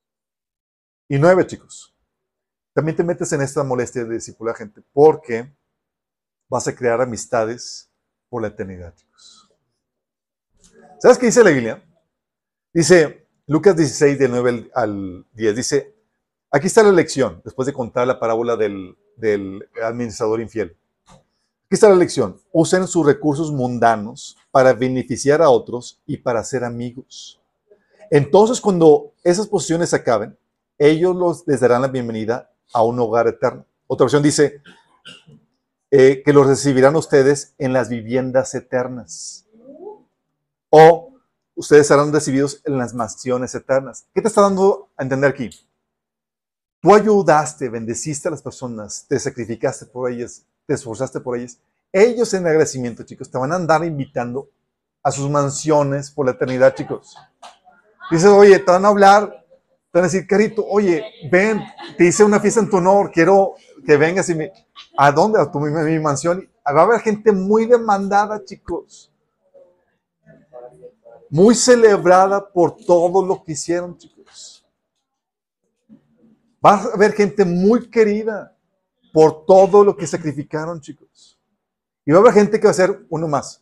Y nueve, chicos. También te metes en esta molestia de discipular gente porque vas a crear amistades por la eternidad, chicos. ¿Sabes qué dice la Biblia? Dice, Lucas dieciséis, del nueve al diez, dice, aquí está la lección, después de contar la parábola del, del administrador infiel. Aquí está la lección. Usen sus recursos mundanos para beneficiar a otros y para ser amigos. Entonces, cuando esas posiciones acaben, ellos los, les darán la bienvenida a un hogar eterno. Otra versión dice eh, que los recibirán ustedes en las viviendas eternas. O ustedes serán recibidos en las mansiones eternas. ¿Qué te está dando a entender aquí? Tú ayudaste, bendeciste a las personas, te sacrificaste por ellas, te esforzaste por ellas. Ellos en agradecimiento, chicos, te van a andar invitando a sus mansiones por la eternidad, chicos. Dices, oye, te van a hablar, te van a decir, Carito, oye, ven, te hice una fiesta en tu honor, quiero que vengas y me... ¿A dónde? A tu mi, mi mansión. Va a haber gente muy demandada, chicos. Muy celebrada por todo lo que hicieron, chicos. Va a haber gente muy querida. por todo lo que sacrificaron, chicos. Y va a haber gente que va a ser uno más.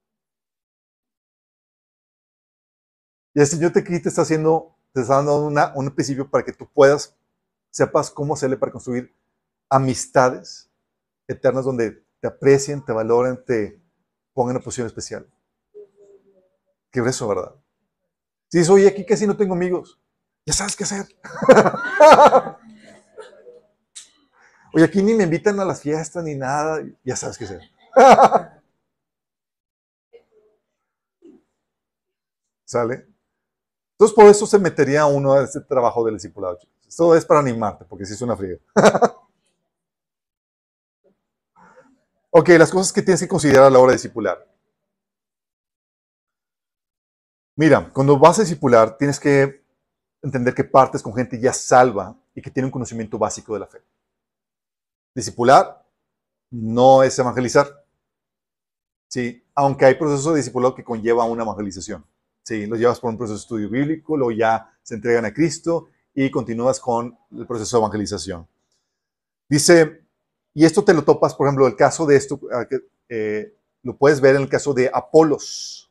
Y el Señor te, aquí te está haciendo, te está dando una, un principio para que tú puedas, sepas cómo hacerle para construir amistades eternas donde te aprecien, te valoren, te pongan en una posición especial. Qué eso, ¿verdad? Si dices, oye, aquí casi no tengo amigos, ya sabes qué hacer. Oye, aquí ni me invitan a las fiestas ni nada, ya sabes qué hacer. ¿Sale? Entonces, por eso se metería uno a este trabajo del discipulado, chicos. Esto es para animarte, porque si es una friega. Ok, las cosas que tienes que considerar a la hora de discipular. Mira, cuando vas a discipular, tienes que entender que partes con gente ya salva y que tiene un conocimiento básico de la fe. Discipular no es evangelizar. Sí, aunque hay procesos de discipulado que conlleva una evangelización. Sí, los llevas por un proceso de estudio bíblico, luego ya se entregan a Cristo y continúas con el proceso de evangelización. Dice, y esto te lo topas, por ejemplo, el caso de esto, eh, lo puedes ver en el caso de Apolos.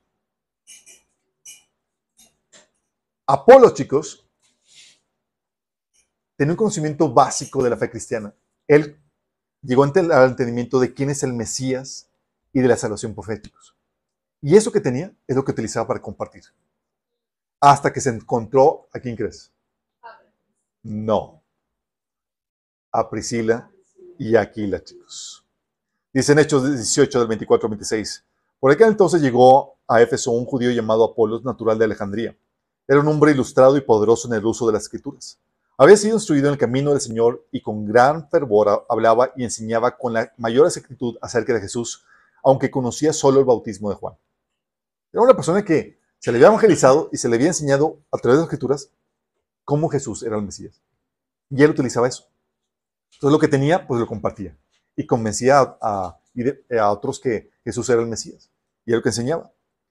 Apolos, chicos, tenía un conocimiento básico de la fe cristiana. Él llegó al entendimiento de quién es el Mesías y de la salvación proféticos. Y eso que tenía es lo que utilizaba para compartir. Hasta que se encontró, ¿a quién crees? No. A Priscila y a Aquila, chicos. Dice en Hechos dieciocho, del veinticuatro al veintiséis. Por aquel entonces llegó a Éfeso un judío llamado Apolos, natural de Alejandría. Era un hombre ilustrado y poderoso en el uso de las escrituras. Había sido instruido en el camino del Señor y con gran fervor hablaba y enseñaba con la mayor exactitud acerca de Jesús, aunque conocía solo el bautismo de Juan. Era una persona que se le había evangelizado y se le había enseñado a través de las escrituras cómo Jesús era el Mesías. Y él utilizaba eso. Entonces lo que tenía, pues lo compartía. Y convencía a, a, a otros que Jesús era el Mesías. Y era lo que enseñaba.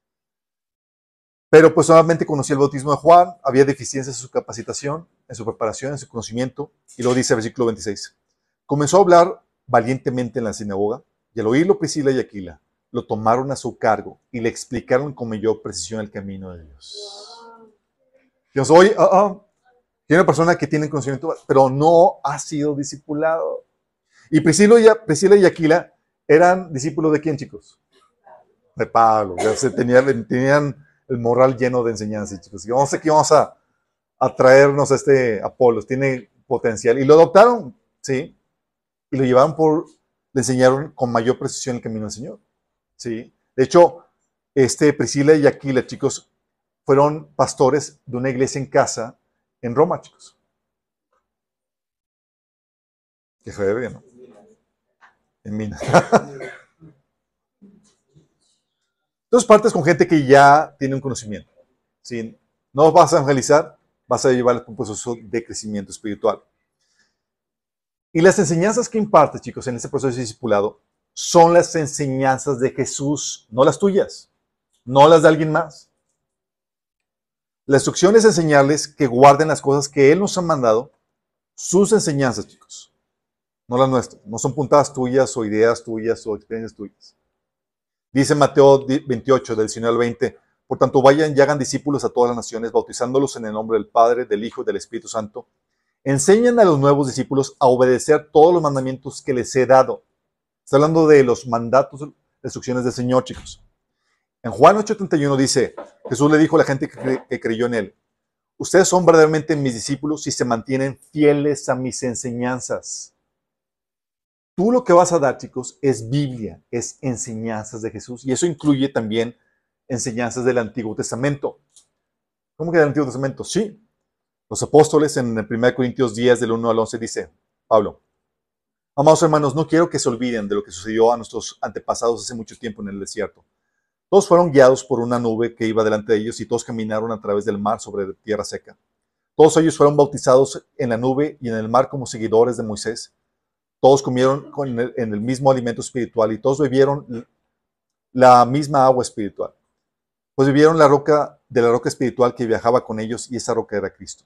Pero pues solamente conocía el bautismo de Juan, había deficiencias en su capacitación, en su preparación, en su conocimiento. Y luego dice el versículo veintiséis. Comenzó a hablar valientemente en la sinagoga, y al oírlo Priscila y Aquila, lo tomaron a su cargo y le explicaron con mayor precisión el camino de Dios. Dios, oye, uh, uh, tiene una persona que tiene conocimiento, pero no ha sido discipulado. Y Priscila y, Priscila y Aquila eran discípulos de quién, chicos? De Pablo. Ya se tenían, tenían el moral lleno de enseñanza, chicos. Y vamos aquí vamos a, a traernos a este Apolos, tiene potencial. Y lo adoptaron, sí, y lo llevaron por, le enseñaron con mayor precisión el camino del Señor. Sí. De hecho, este, Priscila y Aquila, chicos, fueron pastores de una iglesia en casa en Roma, chicos. Que fue bien, ¿no? En Minas. Entonces partes con gente que ya tiene un conocimiento. ¿Sí? No vas a evangelizar, vas a llevar un proceso de crecimiento espiritual. Y las enseñanzas que impartes, chicos, en este proceso de discipulado, son las enseñanzas de Jesús, no las tuyas, no las de alguien más. La instrucción es enseñarles que guarden las cosas que Él nos ha mandado, sus enseñanzas, chicos, no las nuestras. No son puntadas tuyas o ideas tuyas o experiencias tuyas. Dice Mateo veintiocho, del diecinueve al veinte, por tanto vayan y hagan discípulos a todas las naciones, bautizándolos en el nombre del Padre, del Hijo y del Espíritu Santo. Enseñan a los nuevos discípulos a obedecer todos los mandamientos que les he dado. Está hablando de los mandatos, las instrucciones del Señor, chicos. En Juan ocho treinta y uno dice, Jesús le dijo a la gente que, cre que creyó en Él, ustedes son verdaderamente mis discípulos si se mantienen fieles a mis enseñanzas. Tú lo que vas a dar, chicos, es Biblia, es enseñanzas de Jesús. Y eso incluye también enseñanzas del Antiguo Testamento. ¿Cómo que del Antiguo Testamento? Sí. Los apóstoles en el primero Corintios diez, del uno al once, dice Pablo, amados hermanos, no quiero que se olviden de lo que sucedió a nuestros antepasados hace mucho tiempo en el desierto. Todos fueron guiados por una nube que iba delante de ellos y todos caminaron a través del mar sobre tierra seca. Todos ellos fueron bautizados en la nube y en el mar como seguidores de Moisés. Todos comieron con el, en el mismo alimento espiritual y todos bebieron la misma agua espiritual. Pues bebieron la roca de la roca espiritual que viajaba con ellos y esa roca era Cristo.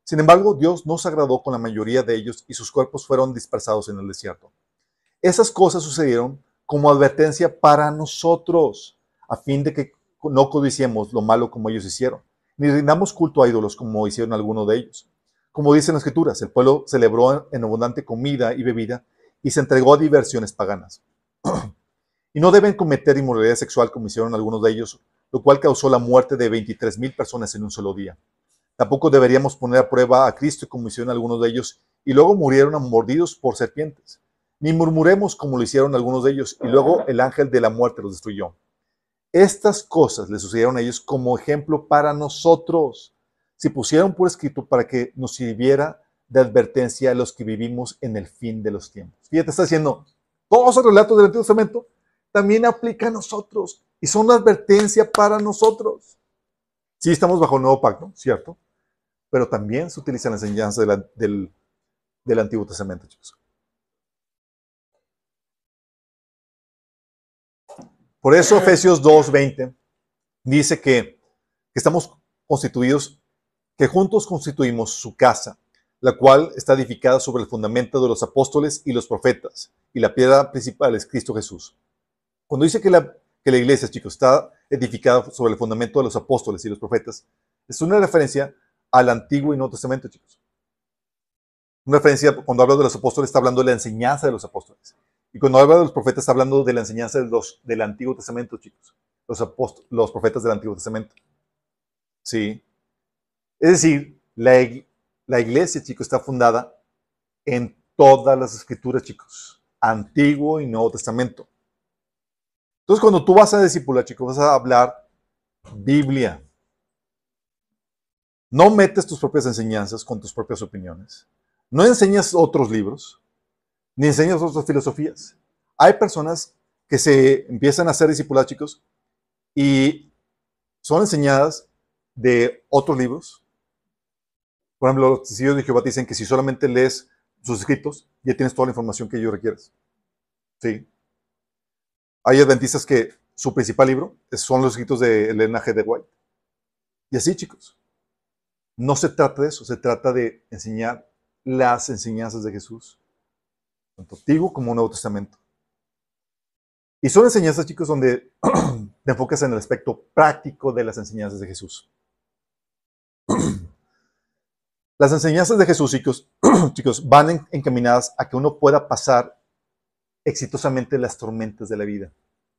Sin embargo, Dios no se agradó con la mayoría de ellos y sus cuerpos fueron dispersados en el desierto. Esas cosas sucedieron como advertencia para nosotros, a fin de que no codiciemos lo malo como ellos hicieron, ni rindamos culto a ídolos como hicieron algunos de ellos. Como dicen las Escrituras, el pueblo celebró en abundante comida y bebida y se entregó a diversiones paganas. Y no deben cometer inmoralidad sexual como hicieron algunos de ellos, lo cual causó la muerte de veintitrés mil personas en un solo día. Tampoco deberíamos poner a prueba a Cristo como hicieron algunos de ellos y luego murieron mordidos por serpientes. Ni murmuremos como lo hicieron algunos de ellos y luego el ángel de la muerte los destruyó. Estas cosas les sucedieron a ellos como ejemplo para nosotros. Se pusieron por escrito para que nos sirviera de advertencia a los que vivimos en el fin de los tiempos. Fíjate, está diciendo, todos los relatos del Antiguo Testamento también aplica a nosotros y son una advertencia para nosotros. Sí, estamos bajo el nuevo pacto, ¿cierto? Pero también se utiliza la enseñanza de la, del, del Antiguo Testamento, chicos. Por eso Efesios dos veinte dice que, que estamos constituidos, que juntos constituimos su casa, la cual está edificada sobre el fundamento de los apóstoles y los profetas, y la piedra principal es Cristo Jesús. Cuando dice que la, que la iglesia, chicos, está edificada sobre el fundamento de los apóstoles y los profetas, es una referencia al Antiguo y Nuevo Testamento, chicos. Una referencia, cuando habla de los apóstoles, está hablando de la enseñanza de los apóstoles. Y cuando habla de los profetas, está hablando de la enseñanza de los, del Antiguo Testamento, chicos. Los, apóstoles, los profetas del Antiguo Testamento. Sí. Es decir, la, la iglesia, chicos, está fundada en todas las escrituras, chicos. Antiguo y Nuevo Testamento. Entonces, cuando tú vas a discipular, chicos, vas a hablar Biblia. No metes tus propias enseñanzas con tus propias opiniones. No enseñas otros libros, ni enseñas otras filosofías. Hay personas que se empiezan a hacer discipuladas, chicos, y son enseñadas de otros libros. Por ejemplo, los testigos de Jehová dicen que si solamente lees sus escritos, ya tienes toda la información que ellos requieres. Sí. Hay adventistas que su principal libro son los escritos de Elena G. de White. Y así, chicos. No se trata de eso, se trata de enseñar las enseñanzas de Jesús, tanto Antiguo como Nuevo Testamento. Y son enseñanzas, chicos, donde te enfocas en el aspecto práctico de las enseñanzas de Jesús. Las enseñanzas de Jesús, chicos, chicos van en, encaminadas a que uno pueda pasar exitosamente las tormentas de la vida.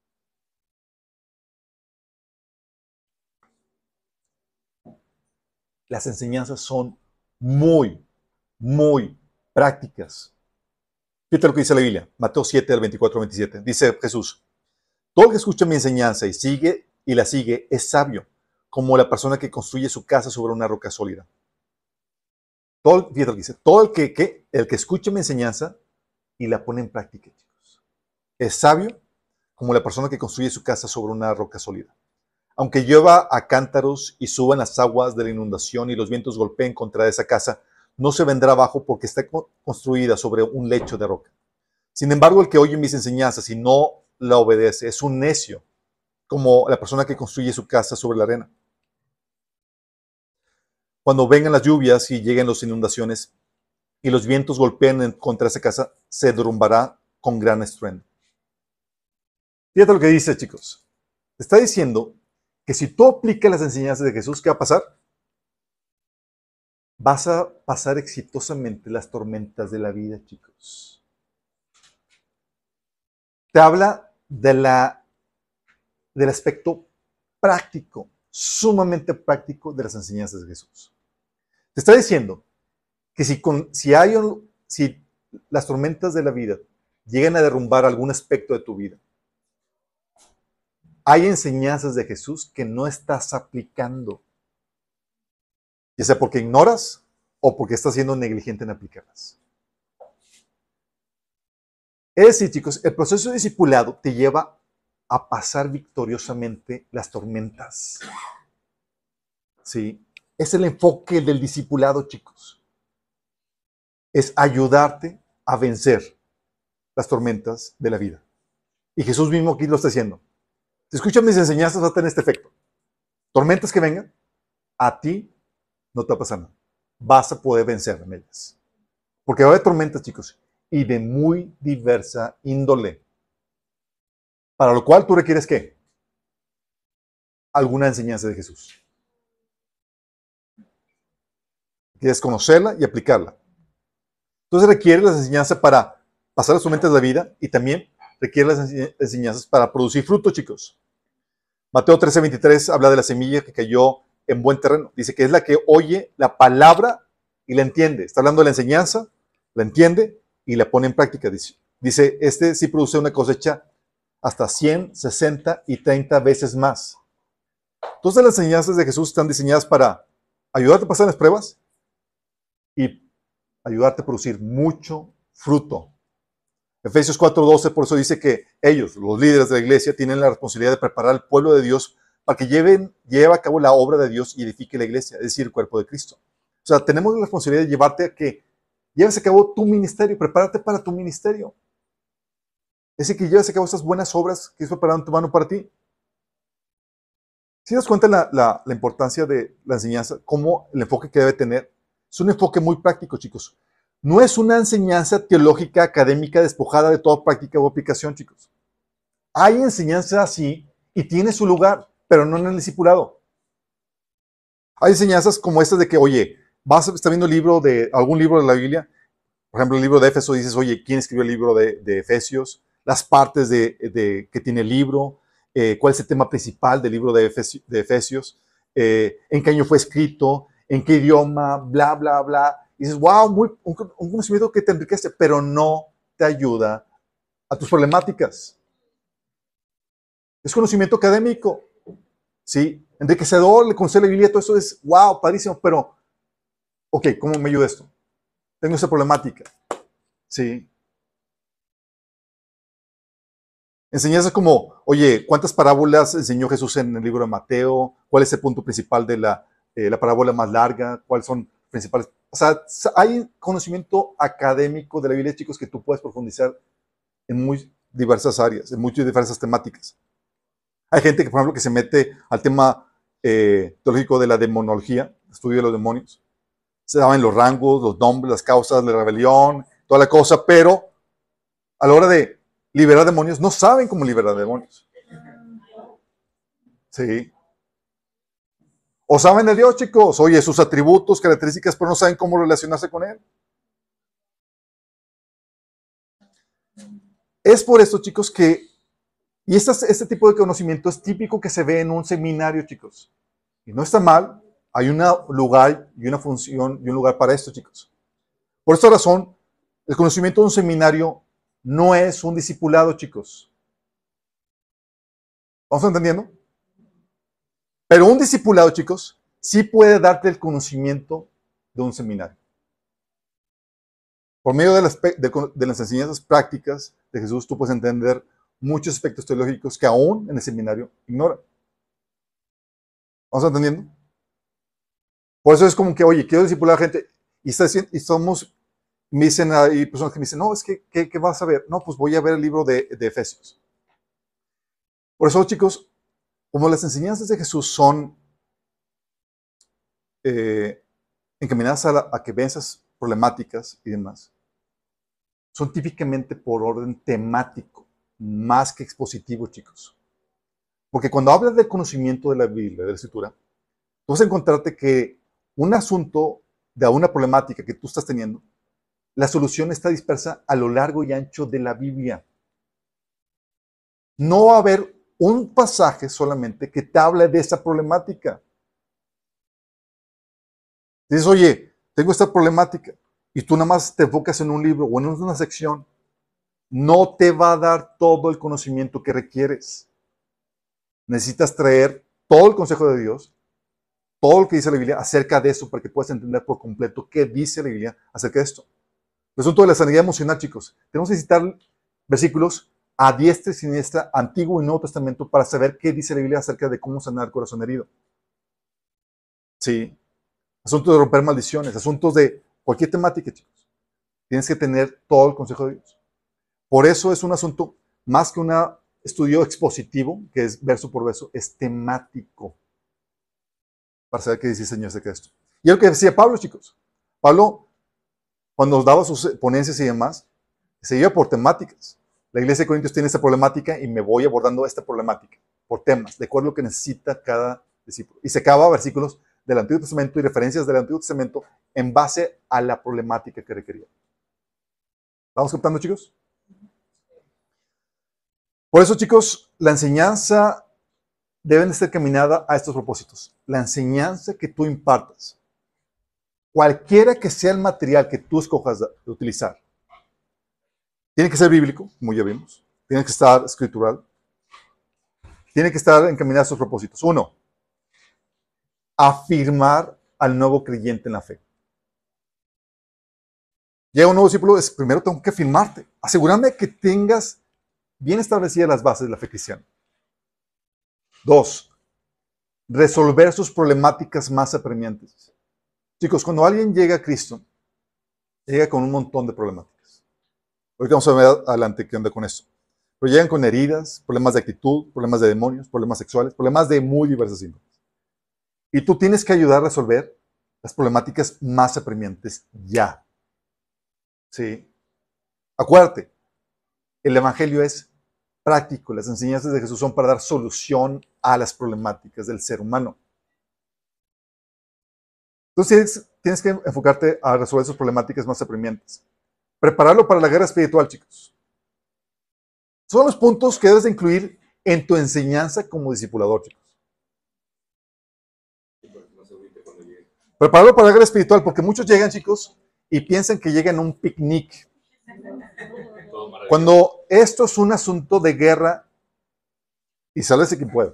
Las enseñanzas son muy, muy prácticas. Fíjate lo que dice la Biblia, Mateo siete, del veinticuatro al veintisiete. Dice Jesús, todo el que escucha mi enseñanza y sigue y la sigue es sabio, como la persona que construye su casa sobre una roca sólida. Todo, fíjate lo que dice, todo el que, que, el que escucha mi enseñanza y la pone en práctica, chicos, es sabio como la persona que construye su casa sobre una roca sólida. Aunque llueva a cántaros y suban las aguas de la inundación y los vientos golpeen contra esa casa, no se vendrá abajo porque está construida sobre un lecho de roca. Sin embargo, el que oye mis enseñanzas y no la obedece es un necio, como la persona que construye su casa sobre la arena. Cuando vengan las lluvias y lleguen las inundaciones y los vientos golpeen contra esa casa, se derrumbará con gran estruendo. Fíjate lo que dice, chicos. Está diciendo que si tú aplicas las enseñanzas de Jesús, ¿qué va a pasar? Vas a pasar exitosamente las tormentas de la vida, chicos. Te habla de la, del aspecto práctico, sumamente práctico de las enseñanzas de Jesús. Te está diciendo que si, con, si, hay, si las tormentas de la vida llegan a derrumbar algún aspecto de tu vida, hay enseñanzas de Jesús que no estás aplicando. Ya sea porque ignoras o porque estás siendo negligente en aplicarlas. Es decir, chicos, el proceso de discipulado te lleva a pasar victoriosamente las tormentas. ¿Sí? Es el enfoque del discipulado, chicos. Es ayudarte a vencer las tormentas de la vida. Y Jesús mismo aquí lo está haciendo. Si escuchas mis enseñanzas, va a tener este efecto. Tormentas que vengan, a ti no te va a pasar nada. vas a poder vencer en ellas. Porque va a haber tormentas, chicos, y de muy diversa índole. Para lo cual tú requieres, ¿qué? Alguna enseñanza de Jesús. Quieres conocerla y aplicarla. Entonces requiere las enseñanzas para pasar las tormentas de la vida y también requiere las enseñanzas para producir fruto, chicos. Mateo trece veintitrés habla de la semilla que cayó en buen terreno. Dice que es la que oye la palabra y la entiende. Está hablando de la enseñanza, la entiende y la pone en práctica. Dice, dice este sí produce una cosecha hasta cien, sesenta y treinta veces más. Entonces las enseñanzas de Jesús están diseñadas para ayudarte a pasar las pruebas y ayudarte a producir mucho fruto. Efesios cuatro doce por eso dice que ellos, los líderes de la iglesia, tienen la responsabilidad de preparar al pueblo de Dios para que lleven, lleve a cabo la obra de Dios y edifique la iglesia, es decir, el cuerpo de Cristo. O sea, tenemos la responsabilidad de llevarte a que lleves a cabo tu ministerio, prepárate para tu ministerio. Es decir, que lleves a cabo estas buenas obras que es preparado en tu mano para ti. Si nos cuenta la, la, la importancia de la enseñanza, cómo el enfoque que debe tener, es un enfoque muy práctico, chicos. No es una enseñanza teológica, académica, despojada de toda práctica o aplicación, chicos. Hay enseñanza así y tiene su lugar, pero no en el discipulado. Hay enseñanzas como estas de que, oye, vas a estar viendo el libro de, algún libro de la Biblia, por ejemplo, el libro de Éfeso, dices, oye, ¿quién escribió el libro de, de Efesios? Las partes de, de, que tiene el libro, eh, cuál es el tema principal del libro de, Efesio, de Efesios, eh, en qué año fue escrito, en qué idioma, bla, bla, bla. Y dices, wow, muy, un, un conocimiento que te enriquece, pero no te ayuda a tus problemáticas. Es conocimiento académico, ¿sí? Enriquecedor, le conocer la Biblia, todo eso es, wow, padrísimo, pero, ok, ¿cómo me ayuda esto? Tengo esa problemática, ¿sí? Enseñanzas como, oye, ¿cuántas parábolas enseñó Jesús en el libro de Mateo? ¿Cuál es el punto principal de la, eh, la parábola más larga? ¿Cuáles son principales? O sea, hay conocimiento académico de la Biblia, chicos, que tú puedes profundizar en muy diversas áreas, en muchas diversas temáticas. Hay gente que, por ejemplo, que se mete al tema eh, teológico de la demonología, estudio de los demonios. Se saben los rangos, los nombres, las causas de la rebelión, toda la cosa, pero a la hora de liberar demonios, no saben cómo liberar demonios. Sí. O saben de Dios, chicos, oye, sus atributos, características, pero no saben cómo relacionarse con Él. Es por esto, chicos, que, y este, este tipo de conocimiento es típico que se ve en un seminario, chicos. Y no está mal, hay un lugar y una función y un lugar para esto, chicos. Por esta razón, el conocimiento de un seminario no es un discipulado, chicos. ¿Vamos entendiendo? Pero un discipulado, chicos, sí puede darte el conocimiento de un seminario. Por medio de las, de, de las enseñanzas prácticas de Jesús, tú puedes entender muchos aspectos teológicos que aún en el seminario ignoran. ¿Vamos entendiendo? Por eso es como que, oye, quiero discipular a gente y, está, y somos, me dicen, hay personas que me dicen, no, es que, ¿qué, qué vas a ver? No, pues voy a ver el libro de, de Efesios. Por eso, chicos, como las enseñanzas de Jesús son eh, encaminadas a, la, a que venzas problemáticas y demás, son típicamente por orden temático, más que expositivo, chicos. Porque cuando hablas del conocimiento de la Biblia, de la Escritura, tú vas a encontrarte que un asunto de una problemática que tú estás teniendo, la solución está dispersa a lo largo y ancho de la Biblia. No va a haber un pasaje solamente que te hable de esa problemática. Dices, oye, tengo esta problemática, y tú nada más te enfocas en un libro o en una sección, no te va a dar todo el conocimiento que requieres. Necesitas traer todo el consejo de Dios, todo lo que dice la Biblia acerca de eso, para que puedas entender por completo qué dice la Biblia acerca de esto. El asunto de la sanidad emocional, chicos. Tenemos que citar versículos a diestra y siniestra, Antiguo y Nuevo Testamento, para saber qué dice la Biblia acerca de cómo sanar el corazón herido. Sí. Asuntos de romper maldiciones, asuntos de cualquier temática, chicos. Tienes que tener todo el consejo de Dios. Por eso es un asunto más que un estudio expositivo, que es verso por verso, es temático. Para saber qué dice el Señor acerca de esto. Y es lo que decía Pablo, chicos. Pablo, cuando nos daba sus ponencias y demás, se iba por temáticas. La iglesia de Corintios tiene esta problemática y me voy abordando esta problemática por temas, de acuerdo a lo que necesita cada discípulo. Y se acaba versículos del Antiguo Testamento y referencias del Antiguo Testamento en base a la problemática que requería. ¿Vamos captando, chicos? Por eso, chicos, la enseñanza debe de ser caminada a estos propósitos. La enseñanza que tú impartas, cualquiera que sea el material que tú escojas de utilizar, tiene que ser bíblico, como ya vimos, tiene que estar escritural, tiene que estar encaminado a estos propósitos. Uno, afirmar al nuevo creyente en la fe. Llega un nuevo discípulo, es, primero tengo que afirmarte, asegurarme que tengas bien establecidas las bases de la fe cristiana. Dos, resolver sus problemáticas más apremiantes. Chicos, cuando alguien llega a Cristo, llega con un montón de problemáticas. Ahorita vamos a ver adelante qué onda con eso. Pero llegan con heridas, problemas de actitud, problemas de demonios, problemas sexuales, problemas de muy diversas índoles. Y tú tienes que ayudar a resolver las problemáticas más apremiantes ya. ¿Sí? Acuérdate, el evangelio es práctico. Las enseñanzas de Jesús son para dar solución a las problemáticas del ser humano. Entonces tienes, tienes que enfocarte a resolver sus problemáticas más apremiantes. Prepararlo para la guerra espiritual, chicos. Son los puntos que debes de incluir en tu enseñanza como discipulador, chicos. Prepararlo para la guerra espiritual, porque muchos llegan, chicos, y piensan que llegan a un picnic. Cuando esto es un asunto de guerra, y sálvese quien pueda.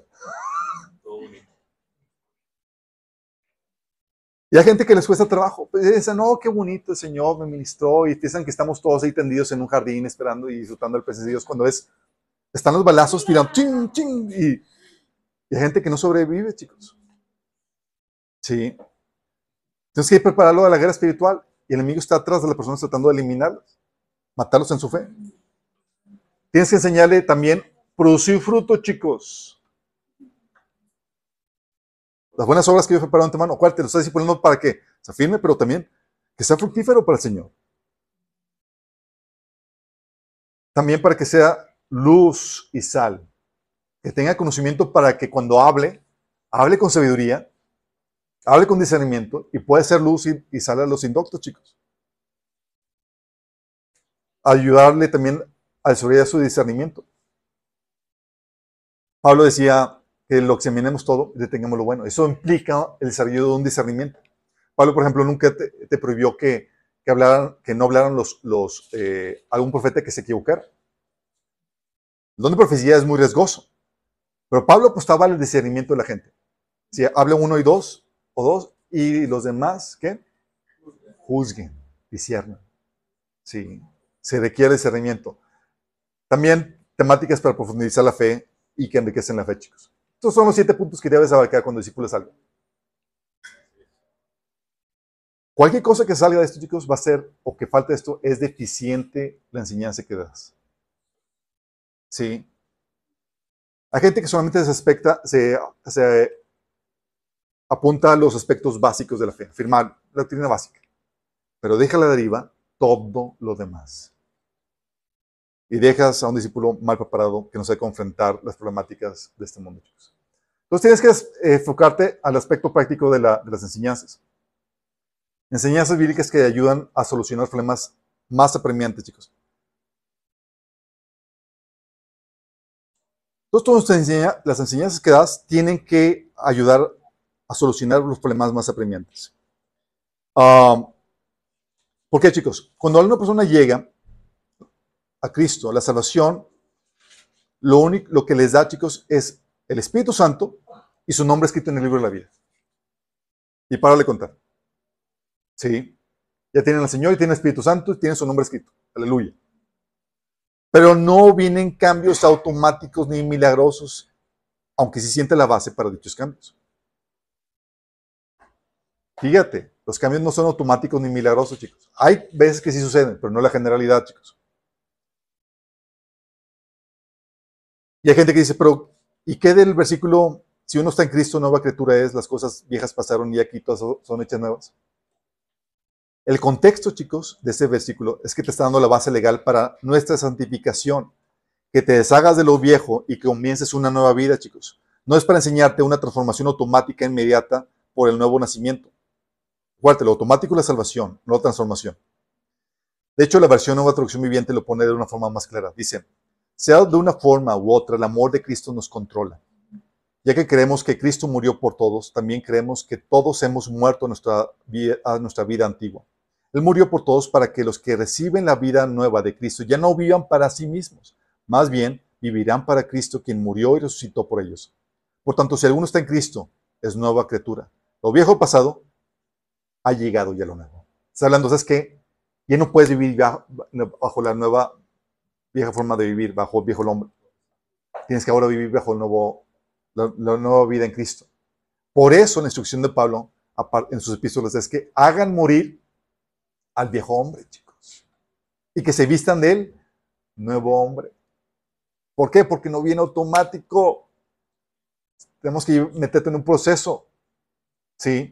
Y hay gente que les cuesta trabajo. Pues dicen, no, qué bonito, el Señor me ministró. Y piensan que estamos todos ahí tendidos en un jardín esperando y disfrutando del presencia de Dios. Cuando es, están los balazos tirando, ching, ching. Y, y hay gente que no sobrevive, chicos. Sí. Tienes que prepararlo a la guerra espiritual. Y el enemigo está atrás de las personas tratando de eliminarlos, matarlos en su fe. Tienes que enseñarle también producir fruto, chicos. Las buenas obras que yo he preparado ante mano, acuérdate, lo estás disciplinando para que se afirme, pero también que sea fructífero para el Señor. También para que sea luz y sal. Que tenga conocimiento para que cuando hable, hable con sabiduría, hable con discernimiento y puede ser luz y, y sal a los indoctos, chicos. Ayudarle también a desarrollar su discernimiento. Pablo decía que lo examinemos todo y detengamos lo bueno. Eso implica el desarrollo de un discernimiento. Pablo, por ejemplo, nunca te, te prohibió que, que, hablaran, que no hablaran los, los, eh, algún profeta que se equivocara. El don de profecía es muy riesgoso. Pero Pablo apostaba al discernimiento de la gente. Si habla uno y dos, o dos, y los demás, ¿qué? Juzguen, disciernan. Sí, se requiere discernimiento. También temáticas para profundizar la fe y que enriquecen la fe, chicos. Estos son los siete puntos que debes abarcar cuando discípulos algo. Cualquier cosa que salga de esto, chicos, va a ser, o que falte esto, es deficiente la enseñanza que das. Sí. Hay gente que solamente se aspecta, se, se apunta a los aspectos básicos de la fe, afirmar la doctrina básica, pero deja a la deriva todo lo demás. Y dejas a un discípulo mal preparado que no sabe confrontar las problemáticas de este mundo, chicos. Entonces tienes que enfocarte al aspecto práctico de, la, de las enseñanzas. Enseñanzas bíblicas que ayudan a solucionar problemas más apremiantes, chicos. Entonces, enseña, las enseñanzas que das tienen que ayudar a solucionar los problemas más apremiantes. Um, ¿Por qué, chicos? Cuando una persona llega a Cristo, la salvación, lo único lo que les da, chicos, es el Espíritu Santo y su nombre escrito en el libro de la vida. Y para de contar. Sí. Ya tienen al Señor y tienen el Espíritu Santo y tienen su nombre escrito. Aleluya. Pero no vienen cambios automáticos ni milagrosos, aunque sí siente la base para dichos cambios. Fíjate, los cambios no son automáticos ni milagrosos, chicos. Hay veces que sí suceden, pero no la generalidad, chicos. Y hay gente que dice, pero ¿y qué del versículo? Si uno está en Cristo, nueva criatura es, las cosas viejas pasaron y aquí todas son hechas nuevas. El contexto, chicos, de este versículo es que te está dando la base legal para nuestra santificación. Que te deshagas de lo viejo y que comiences una nueva vida, chicos. No es para enseñarte una transformación automática inmediata por el nuevo nacimiento. Fuerte, lo automático es la salvación, no la transformación. De hecho, la versión Nueva Traducción Viviente lo pone de una forma más clara. Dice, sea de una forma u otra, el amor de Cristo nos controla. Ya que creemos que Cristo murió por todos, también creemos que todos hemos muerto a nuestra, a nuestra vida antigua. Él murió por todos para que los que reciben la vida nueva de Cristo ya no vivan para sí mismos. Más bien, vivirán para Cristo, quien murió y resucitó por ellos. Por tanto, si alguno está en Cristo, es nueva criatura. Lo viejo pasado ha llegado ya lo nuevo. Está hablando, ¿sabes qué? Ya no puedes vivir bajo, bajo la nueva vieja forma de vivir, bajo el viejo hombre. Tienes que ahora vivir bajo el nuevo, la, la nueva vida en Cristo. Por eso la instrucción de Pablo en sus epístolas es que hagan morir al viejo hombre, chicos. Y que se vistan de él, nuevo hombre. ¿Por qué? Porque no viene automático. Tenemos que meterte en un proceso. ¿Sí?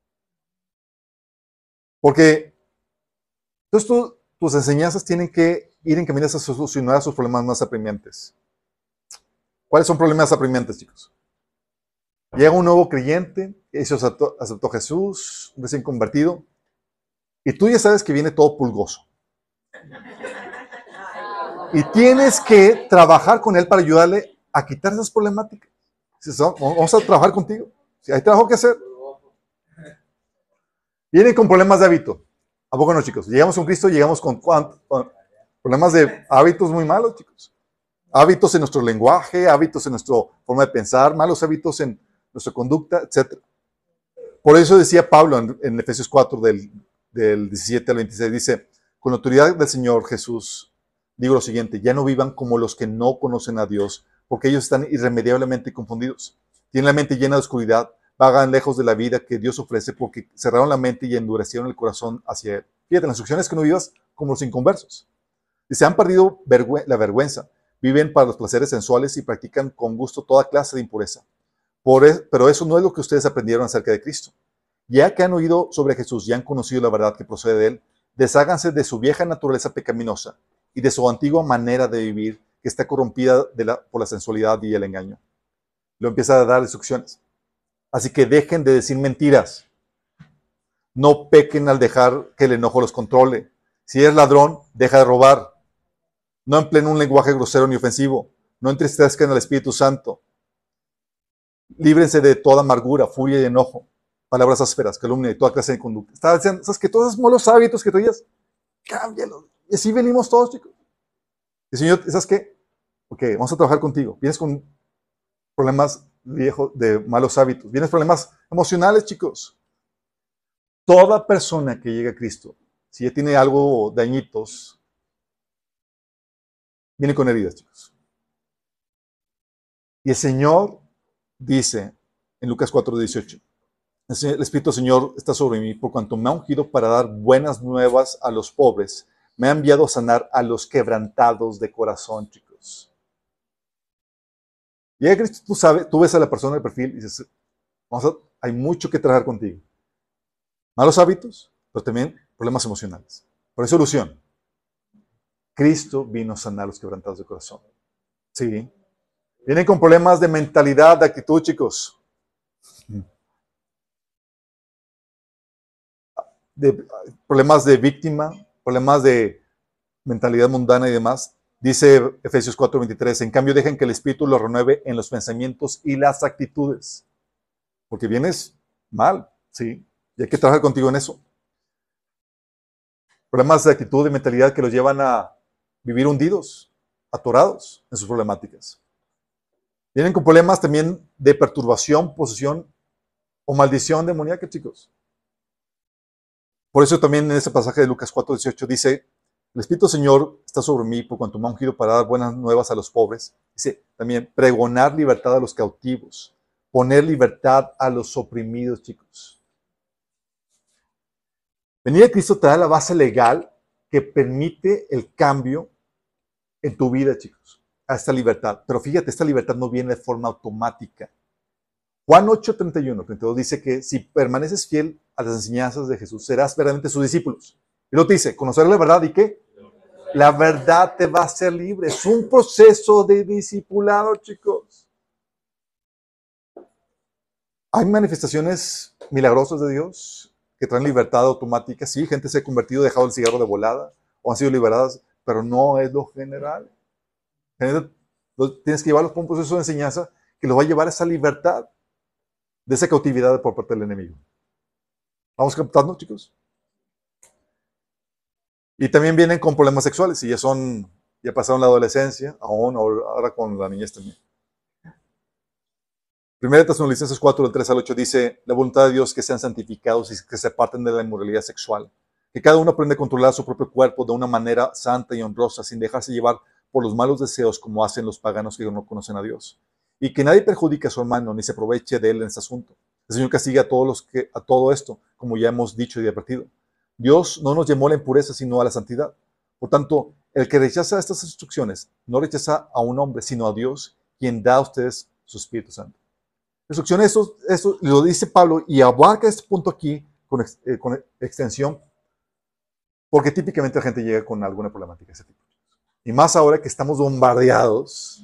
Porque entonces tú, tus enseñanzas tienen que ir encaminadas a solucionar sus problemas más apremiantes. ¿Cuáles son problemas apremiantes, chicos? Llega un nuevo creyente, eso aceptó, aceptó a Jesús, recién convertido, y tú ya sabes que viene todo pulgoso. Y tienes que trabajar con él para ayudarle a quitar esas problemáticas. Vamos a trabajar contigo. Si hay trabajo que hacer. Vienen con problemas de hábito. ¿A poco no, chicos? Llegamos con Cristo, llegamos con, con problemas de hábitos muy malos, chicos. Hábitos en nuestro lenguaje, hábitos en nuestra forma de pensar, malos hábitos en nuestra conducta, etcétera. Por eso decía Pablo en, en Efesios cuatro, del, del diecisiete al veintiséis, dice, con la autoridad del Señor Jesús, digo lo siguiente, ya no vivan como los que no conocen a Dios, porque ellos están irremediablemente confundidos. Tienen la mente llena de oscuridad, vagan lejos de la vida que Dios ofrece porque cerraron la mente y endurecieron el corazón hacia Él. Fíjate, la instrucción es que no vivas como los inconversos. Y se han perdido vergüe- la vergüenza, viven para los placeres sensuales y practican con gusto toda clase de impureza. Por es, pero eso no es lo que ustedes aprendieron acerca de Cristo. Ya que han oído sobre Jesús y han conocido la verdad que procede de Él, desháganse de su vieja naturaleza pecaminosa y de su antigua manera de vivir que está corrompida de la, por la sensualidad y el engaño. Lo empieza a dar instrucciones. Así que dejen de decir mentiras. No pequen al dejar que el enojo los controle. Si eres ladrón, deja de robar. No empleen un lenguaje grosero ni ofensivo. No entristezcan al Espíritu Santo. Líbrense de toda amargura, furia y enojo. Palabras ásperas, calumnia y toda clase de conducta. Estaba diciendo, ¿sabes que todos esos malos hábitos que traías, cámbialos? Y así venimos todos, chicos. Y Señor, ¿sabes qué? Ok, vamos a trabajar contigo. Vienes con problemas viejos de malos hábitos. Vienes problemas emocionales, chicos. Toda persona que llega a Cristo, si ya tiene algo dañitos, viene con heridas, chicos. Y el Señor dice en Lucas cuatro dieciocho, el Espíritu del Señor está sobre mí por cuanto me ha ungido para dar buenas nuevas a los pobres. Me ha enviado a sanar a los quebrantados de corazón, chicos. Llega Cristo, tú sabes, tú ves a la persona del perfil y dices, vamos a, hay mucho que trabajar contigo. Malos hábitos, pero también problemas emocionales. Pero hay solución. Cristo vino a sanar a los quebrantados de corazón. Sí. Vienen con problemas de mentalidad, de actitud, chicos. De, problemas de víctima, problemas de mentalidad mundana y demás. Dice Efesios cuatro veintitrés, en cambio dejen que el Espíritu los renueve en los pensamientos y las actitudes. Porque vienes mal, ¿sí? Y hay que trabajar contigo en eso. Problemas de actitud y mentalidad que los llevan a vivir hundidos, atorados en sus problemáticas. Vienen con problemas también de perturbación, posesión o maldición demoníaca, chicos. Por eso también en ese pasaje de Lucas cuatro dieciocho dice, el Espíritu del Señor está sobre mí por cuanto me ha ungido para dar buenas nuevas a los pobres. Dice también, pregonar libertad a los cautivos, poner libertad a los oprimidos, chicos. Venir a Cristo te da la base legal que permite el cambio en tu vida, chicos, a esta libertad. Pero fíjate, esta libertad no viene de forma automática. Juan ocho treinta y uno, treinta y dos dice que si permaneces fiel a las enseñanzas de Jesús, serás verdaderamente sus discípulos. Y luego te dice, conocer la verdad, ¿y qué? La verdad te va a hacer libre. Es un proceso de discipulado, chicos. Hay manifestaciones milagrosas de Dios que traen libertad automática. Sí, gente se ha convertido, dejado el cigarro de volada, o han sido liberadas, pero no es lo general. Tienes que llevarlos por un proceso de enseñanza que los va a llevar a esa libertad de esa cautividad por parte del enemigo. ¿Vamos captando, chicos? Y también vienen con problemas sexuales, y ya son, ya pasaron la adolescencia, aún, ahora con la niñez también. Primera de Tesalonicenses cuatro, del tres al ocho dice, la voluntad de Dios es que sean santificados y que se aparten de la inmoralidad sexual. Que cada uno aprenda a controlar su propio cuerpo de una manera santa y honrosa, sin dejarse llevar por los malos deseos como hacen los paganos que no conocen a Dios. Y que nadie perjudique a su hermano ni se aproveche de él en este asunto. El Señor castiga a todos los que a todo esto, como ya hemos dicho y advertido. Dios no nos llamó a la impureza, sino a la santidad. Por tanto, el que rechaza estas instrucciones no rechaza a un hombre, sino a Dios, quien da a ustedes su Espíritu Santo. Instrucciones, eso, eso lo dice Pablo y abarca este punto aquí con, eh, con extensión, porque típicamente la gente llega con alguna problemática de ese tipo. Y más ahora que estamos bombardeados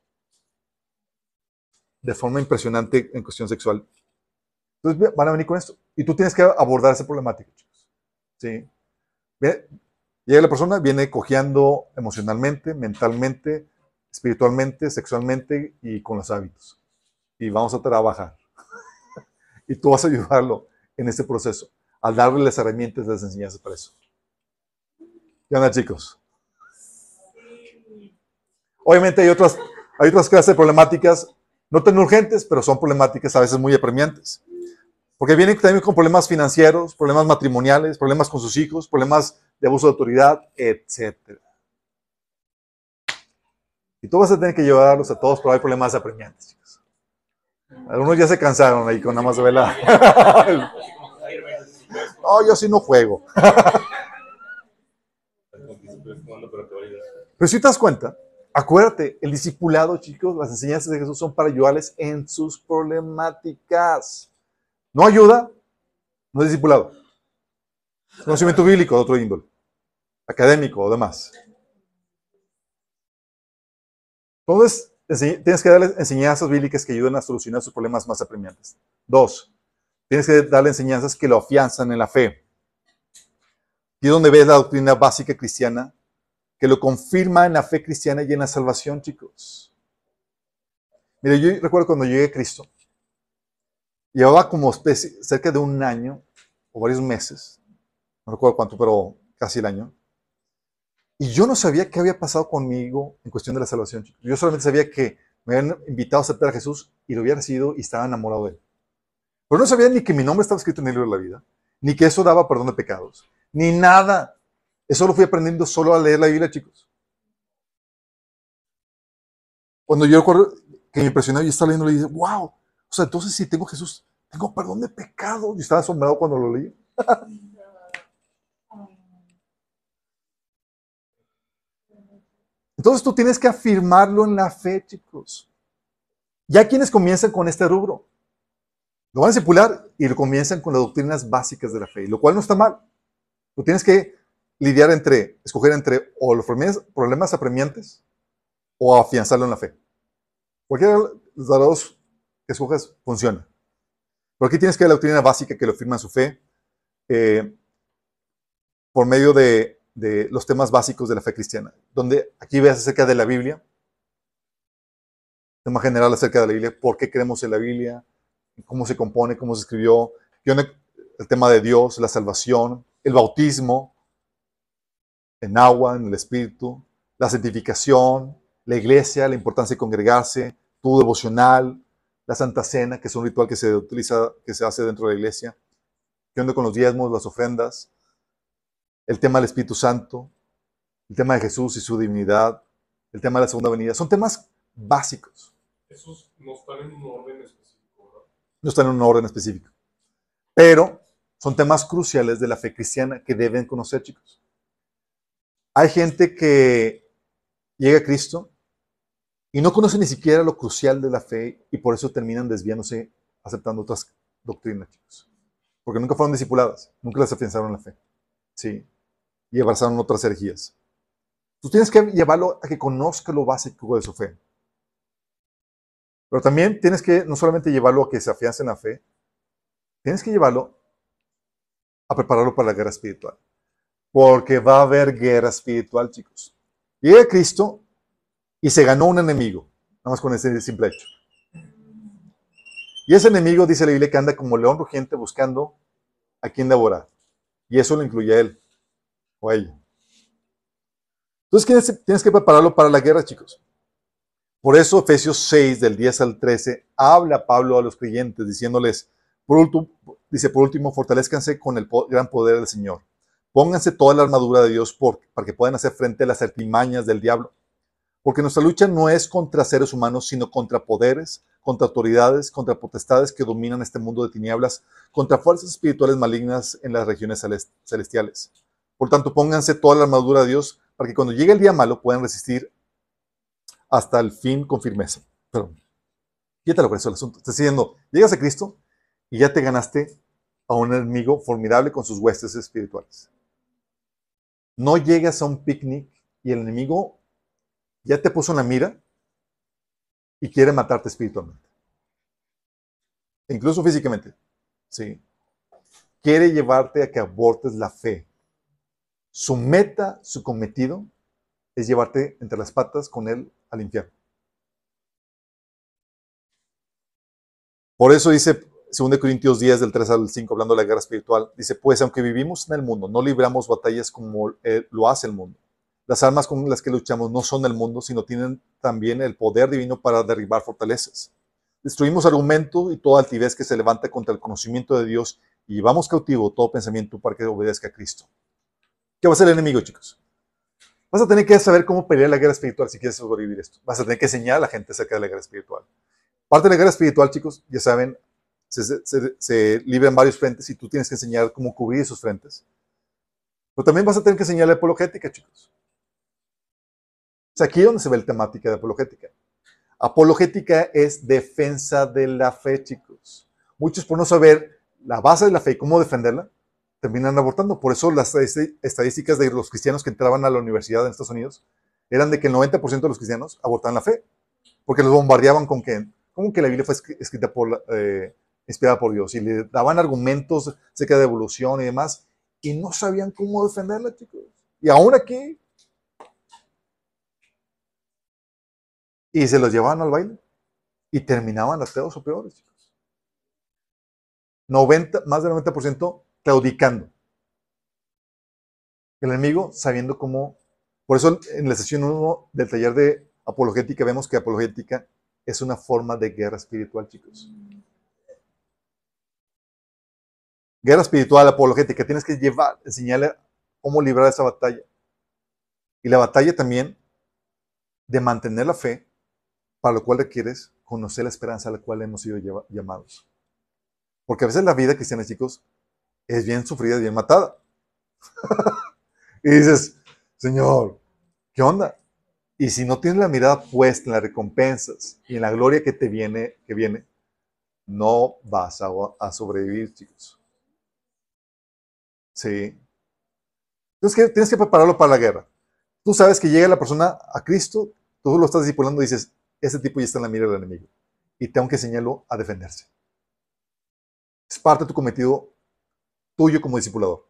de forma impresionante en cuestión sexual. Entonces van a venir con esto. Y tú tienes que abordar esa problemática, chicos. ¿Sí? Llega la persona, viene cojeando emocionalmente, mentalmente, espiritualmente, sexualmente y con los hábitos. Y vamos a trabajar. Y tú vas a ayudarlo en este proceso, al darle las herramientas, las enseñanzas para eso. ¿Qué onda, chicos? Obviamente hay otras, hay otras clases de problemáticas, no tan urgentes, pero son problemáticas a veces muy apremiantes. Porque vienen también con problemas financieros, problemas matrimoniales, problemas con sus hijos, problemas de abuso de autoridad, etcétera. Y tú vas a tener que llevarlos a todos, pero hay problemas apremiantes, chicos. Algunos ya se cansaron ahí con nada más de velar. No, yo sí no juego. Pero si te das cuenta, acuérdate, el discipulado, chicos, las enseñanzas de Jesús son para ayudarles en sus problemáticas. No ayuda, no es discipulado. Conocimiento bíblico de otro índole, académico o demás. Entonces, tienes que darle enseñanzas bíblicas que ayuden a solucionar sus problemas más apremiantes. Dos, tienes que darle enseñanzas que lo afianzan en la fe. Y es donde ves la doctrina básica cristiana, que lo confirma en la fe cristiana y en la salvación, chicos. Mire, yo recuerdo cuando llegué a Cristo, llevaba como especie, cerca de un año o varios meses, no recuerdo cuánto, pero casi el año, y yo no sabía qué había pasado conmigo en cuestión de la salvación, chicos. Yo solamente sabía que me habían invitado a aceptar a Jesús y lo había recibido y estaba enamorado de él. Pero no sabía ni que mi nombre estaba escrito en el libro de la vida, ni que eso daba perdón de pecados, ni nada. Eso lo fui aprendiendo solo a leer la Biblia, chicos. Cuando yo recuerdo que me impresionaba, yo estaba leyendo y dije, wow, o sea, entonces si tengo Jesús, tengo perdón de pecados. Yo estaba asombrado cuando lo leí. Entonces tú tienes que afirmarlo en la fe, chicos. Ya quienes comienzan con este rubro, lo van a discipular y lo comienzan con las doctrinas básicas de la fe, lo cual no está mal. Tú tienes que lidiar entre, escoger entre o los problemas, problemas apremiantes o afianzarlo en la fe. Cualquiera de los dos que escojas funciona. Pero aquí tienes que ver la doctrina básica que lo firma en su fe eh, por medio de, de los temas básicos de la fe cristiana. Donde aquí ves acerca de la Biblia, tema general acerca de la Biblia, por qué creemos en la Biblia, cómo se compone, cómo se escribió, el tema de Dios, la salvación, el bautismo en agua, en el Espíritu, la santificación, la iglesia, la importancia de congregarse, tu devocional, la Santa Cena, que es un ritual que se utiliza, que se hace dentro de la iglesia, qué onda con los diezmos, las ofrendas, el tema del Espíritu Santo, el tema de Jesús y su divinidad, el tema de la segunda venida. Son temas básicos. Esos no están en un orden específico, ¿verdad? No están en un orden específico. Pero son temas cruciales de la fe cristiana que deben conocer, chicos. Hay gente que llega a Cristo y no conoce ni siquiera lo crucial de la fe y por eso terminan desviándose aceptando otras doctrinas, chicos. porque nunca fueron discipuladas, nunca las afianzaron en la fe. Sí, y abrazaron otras herejías. Tú tienes que llevarlo a que conozca lo básico de su fe. Pero también tienes que no solamente llevarlo a que se afiance en la fe, tienes que llevarlo a prepararlo para la guerra espiritual. Porque va a haber guerra espiritual, chicos. Llega Cristo y se ganó un enemigo, nada más con ese simple hecho. Y ese enemigo, dice la Biblia, que anda como león rugiente buscando a quien devorar. Y eso lo incluye a él o a ella. Entonces tienes, tienes que prepararlo para la guerra, chicos. Por eso Efesios seis, del diez al trece, habla Pablo a los creyentes diciéndoles, por último, dice, por último, fortalezcanse con el po- gran poder del Señor. Pónganse toda la armadura de Dios por, para que puedan hacer frente a las artimañas del diablo. Porque nuestra lucha no es contra seres humanos, sino contra poderes, contra autoridades, contra potestades que dominan este mundo de tinieblas, contra fuerzas espirituales malignas en las regiones celest- celestiales. Por tanto, pónganse toda la armadura de Dios para que cuando llegue el día malo puedan resistir hasta el fin con firmeza. Pero, quítalo por eso el asunto. Está diciendo, llegas a Cristo y ya te ganaste a un enemigo formidable con sus huestes espirituales. No llegas a un picnic y el enemigo ya te puso en la mira y quiere matarte espiritualmente. Incluso físicamente. Sí. Quiere llevarte a que abortes la fe. Su meta, su cometido, es llevarte entre las patas con él al infierno. Por eso dice dos Corintios diez, del tres al cinco, hablando de la guerra espiritual, dice, pues aunque vivimos en el mundo, no libramos batallas como eh, lo hace el mundo. Las armas con las que luchamos no son del mundo, sino tienen también el poder divino para derribar fortalezas. Destruimos argumentos y toda altivez que se levanta contra el conocimiento de Dios y llevamos cautivo todo pensamiento para que obedezca a Cristo. ¿Qué va a hacer el enemigo, chicos? Vas a tener que saber cómo pelear la guerra espiritual si quieres sobrevivir esto. Vas a tener que enseñar a la gente acerca de la guerra espiritual. Parte de la guerra espiritual, chicos, ya saben, se, se, se libran varios frentes y tú tienes que enseñar cómo cubrir esos frentes. Pero también vas a tener que enseñar la apologética, chicos. Es aquí donde se ve la temática de apologética. Apologética es defensa de la fe, chicos. Muchos, por no saber la base de la fe y cómo defenderla, terminan abortando. Por eso las estadísticas de los cristianos que entraban a la universidad en Estados Unidos eran de que el noventa por ciento de los cristianos abortaban la fe. Porque los bombardeaban con que, como que la Biblia fue escrita por, eh, inspirada por Dios. Y le daban argumentos acerca de evolución y demás. Y no sabían cómo defenderla, chicos. Y aún aquí. Y se los llevaban al baile. Y terminaban ateos o peores, chicos. noventa, más del noventa por ciento claudicando. El enemigo sabiendo cómo. Por eso en la sesión uno del taller de apologética vemos que apologética es una forma de guerra espiritual, chicos. Guerra espiritual, apologética. Tienes que llevar, enseñarle cómo librar esa batalla. Y la batalla también de mantener la fe, para lo cual requieres conocer la esperanza a la cual hemos sido llamados. Porque a veces la vida cristiana, chicos, es bien sufrida y bien matada. Y dices, Señor, ¿qué onda? Y si no tienes la mirada puesta en las recompensas y en la gloria que te viene, que viene, no vas a, a sobrevivir, chicos. Sí. Entonces que tienes que prepararlo para la guerra. Tú sabes que llega la persona a Cristo, tú lo estás discipulando y dices, ese tipo ya está en la mira del enemigo. Y tengo que enseñarlo a defenderse. Es parte de tu cometido tuyo como discipulador.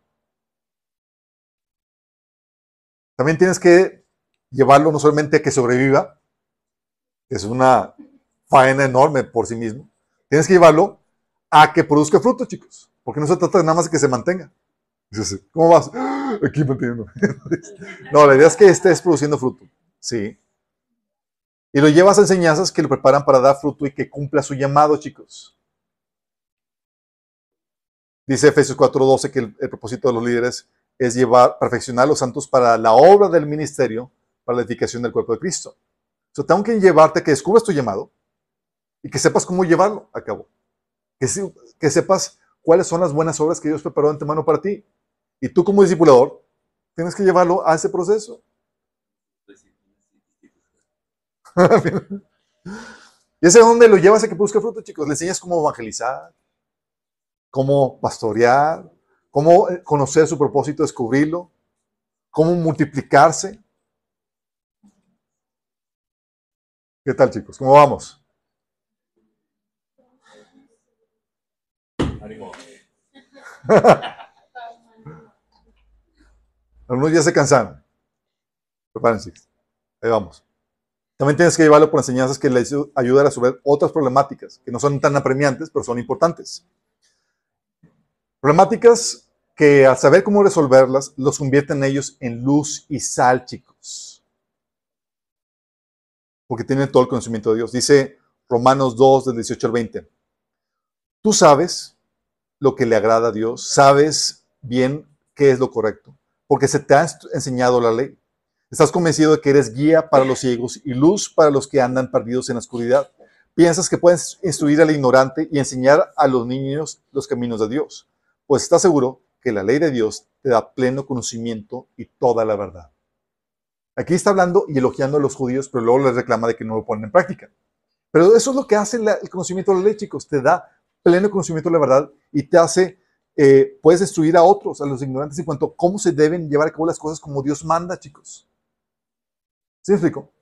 También tienes que llevarlo no solamente a que sobreviva, que es una faena enorme por sí mismo, tienes que llevarlo a que produzca fruto, chicos. Porque no se trata nada más de que se mantenga. Dices, ¿cómo vas? Aquí manteniendo. No, la idea es que estés produciendo fruto. Sí. Y lo llevas a enseñanzas que lo preparan para dar fruto y que cumpla su llamado, chicos. Dice Efesios cuatro doce que el, el propósito de los líderes es llevar, perfeccionar a los santos para la obra del ministerio, para la edificación del cuerpo de Cristo. O sea, tengo que llevarte a que descubras tu llamado y que sepas cómo llevarlo a cabo. Que, que sepas cuáles son las buenas obras que Dios preparó de antemano para ti. Y tú como discipulador tienes que llevarlo a ese proceso. Y ese es donde lo llevas a que produzca fruto, chicos. Le enseñas cómo evangelizar. cómo pastorear, cómo conocer su propósito, descubrirlo, cómo multiplicarse. ¿Qué tal, chicos? ¿Cómo vamos? Ánimo. Algunos ya se cansaron. Prepárense. Ahí vamos. También tienes que llevarlo por enseñanzas que les ayuden a resolver otras problemáticas, que no son tan apremiantes, pero son importantes. Problemáticas que al saber cómo resolverlas, los convierten ellos en luz y sal, chicos. Porque tienen todo el conocimiento de Dios. Dice Romanos dos, del dieciocho al veinte. Tú sabes lo que le agrada a Dios, sabes bien qué es lo correcto, porque se te ha enseñado la ley. Estás convencido de que eres guía para los ciegos y luz para los que andan perdidos en la oscuridad. Piensas que puedes instruir al ignorante y enseñar a los niños los caminos de Dios, pues estás seguro que la ley de Dios te da pleno conocimiento y toda la verdad. Aquí está hablando y elogiando a los judíos, pero luego les reclama de que no lo ponen en práctica. Pero eso es lo que hace la, el conocimiento de la ley, chicos. Te da pleno conocimiento de la verdad y te hace, eh, puedes instruir a otros, a los ignorantes, en cuanto a cómo se deben llevar a cabo las cosas como Dios manda, chicos. ¿Sí me explico?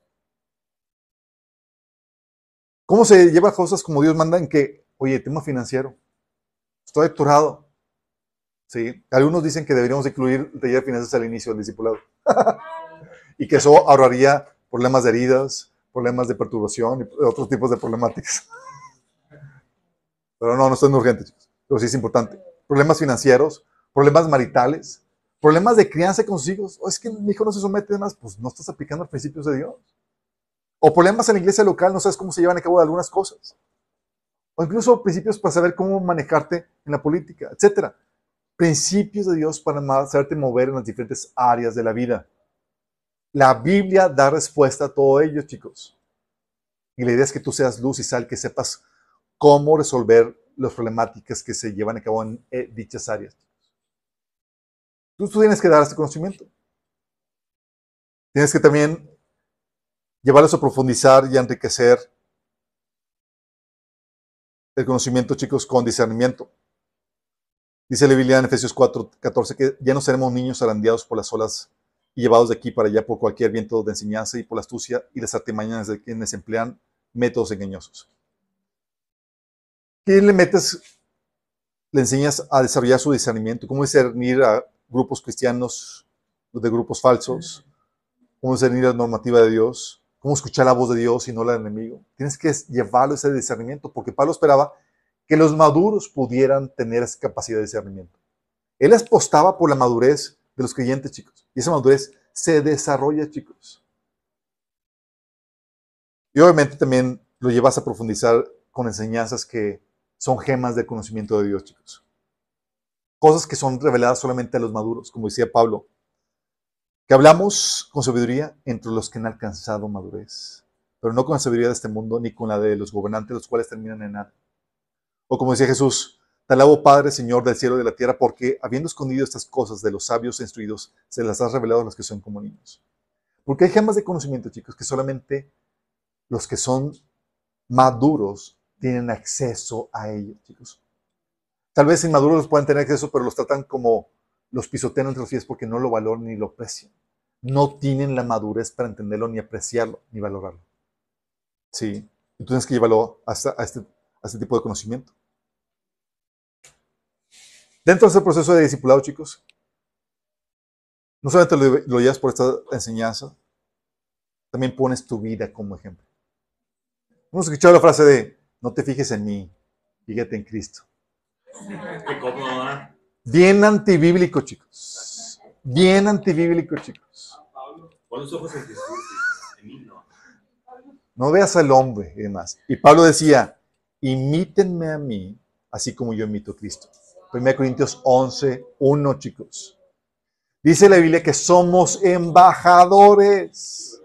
¿Cómo se lleva cosas como Dios manda en que, oye, tema financiero, estoy atorado? ¿Sí? Algunos dicen que deberíamos incluir el taller de finanzas al inicio del discipulado. Y que eso ahorraría problemas de heridas, problemas de perturbación y otros tipos de problemáticas. Pero no, no es tan urgente, chicos. Pero sí es importante. Problemas financieros, problemas maritales, problemas de crianza con sus hijos. O es que mi hijo no se somete más, pues no estás aplicando los principios de Dios. O problemas en la iglesia local, no sabes cómo se llevan a cabo algunas cosas. O incluso principios para saber cómo manejarte en la política, etcétera. Principios de Dios para hacerte mover en las diferentes áreas de la vida. La Biblia da respuesta a todo ello, chicos. Y la idea es que tú seas luz y sal, que sepas cómo resolver las problemáticas que se llevan a cabo en eh, dichas áreas. Tú, tú tienes que dar este conocimiento. Tienes que también llevarlos a profundizar y a enriquecer el conocimiento, chicos, con discernimiento. Dice la Biblia en Efesios cuatro, catorce que ya no seremos niños zarandeados por las olas y llevados de aquí para allá por cualquier viento de enseñanza y por la astucia y las artimañas de quienes emplean métodos engañosos. ¿Quién le metes, le enseñas a desarrollar su discernimiento? ¿Cómo discernir a grupos cristianos de grupos falsos? ¿Cómo discernir la normativa de Dios? ¿Cómo escuchar la voz de Dios y no la del enemigo? Tienes que llevarlo a ese discernimiento, porque Pablo esperaba que los maduros pudieran tener esa capacidad de discernimiento. Él apostaba por la madurez de los creyentes, chicos. Y esa madurez se desarrolla, chicos. Y obviamente también lo llevas a profundizar con enseñanzas que son gemas del conocimiento de Dios, chicos. Cosas que son reveladas solamente a los maduros, como decía Pablo. Que hablamos con sabiduría entre los que han alcanzado madurez, pero no con la sabiduría de este mundo, ni con la de los gobernantes, los cuales terminan en nada. O como decía Jesús, te alabo, Padre, Señor del cielo y de la tierra, porque habiendo escondido estas cosas de los sabios e instruidos, se las has revelado a los que son como niños. Porque hay gemas de conocimiento, chicos, que solamente los que son maduros tienen acceso a ellos, chicos. Tal vez inmaduros los puedan tener acceso, pero los tratan como los pisotean entre los pies porque no lo valoran ni lo aprecian. No tienen la madurez para entenderlo, ni apreciarlo, ni valorarlo. Sí. Y tú tienes que llevarlo hasta a este, a este tipo de conocimiento. Dentro de este proceso de discipulado, chicos, no solamente lo, lo llevas por esta enseñanza, también pones tu vida como ejemplo. Hemos escuchado la frase de, no te fijes en mí, fíjate en Cristo. Qué cómodo, ¿eh? Bien antibíblico, chicos. Bien antibíblico, chicos. Pon los ojos en Jesús, en mí no. No veas al hombre y demás. Y Pablo decía, imítenme a mí, así como yo imito a Cristo. primera Corintios once, uno, chicos. Dice la Biblia que somos embajadores.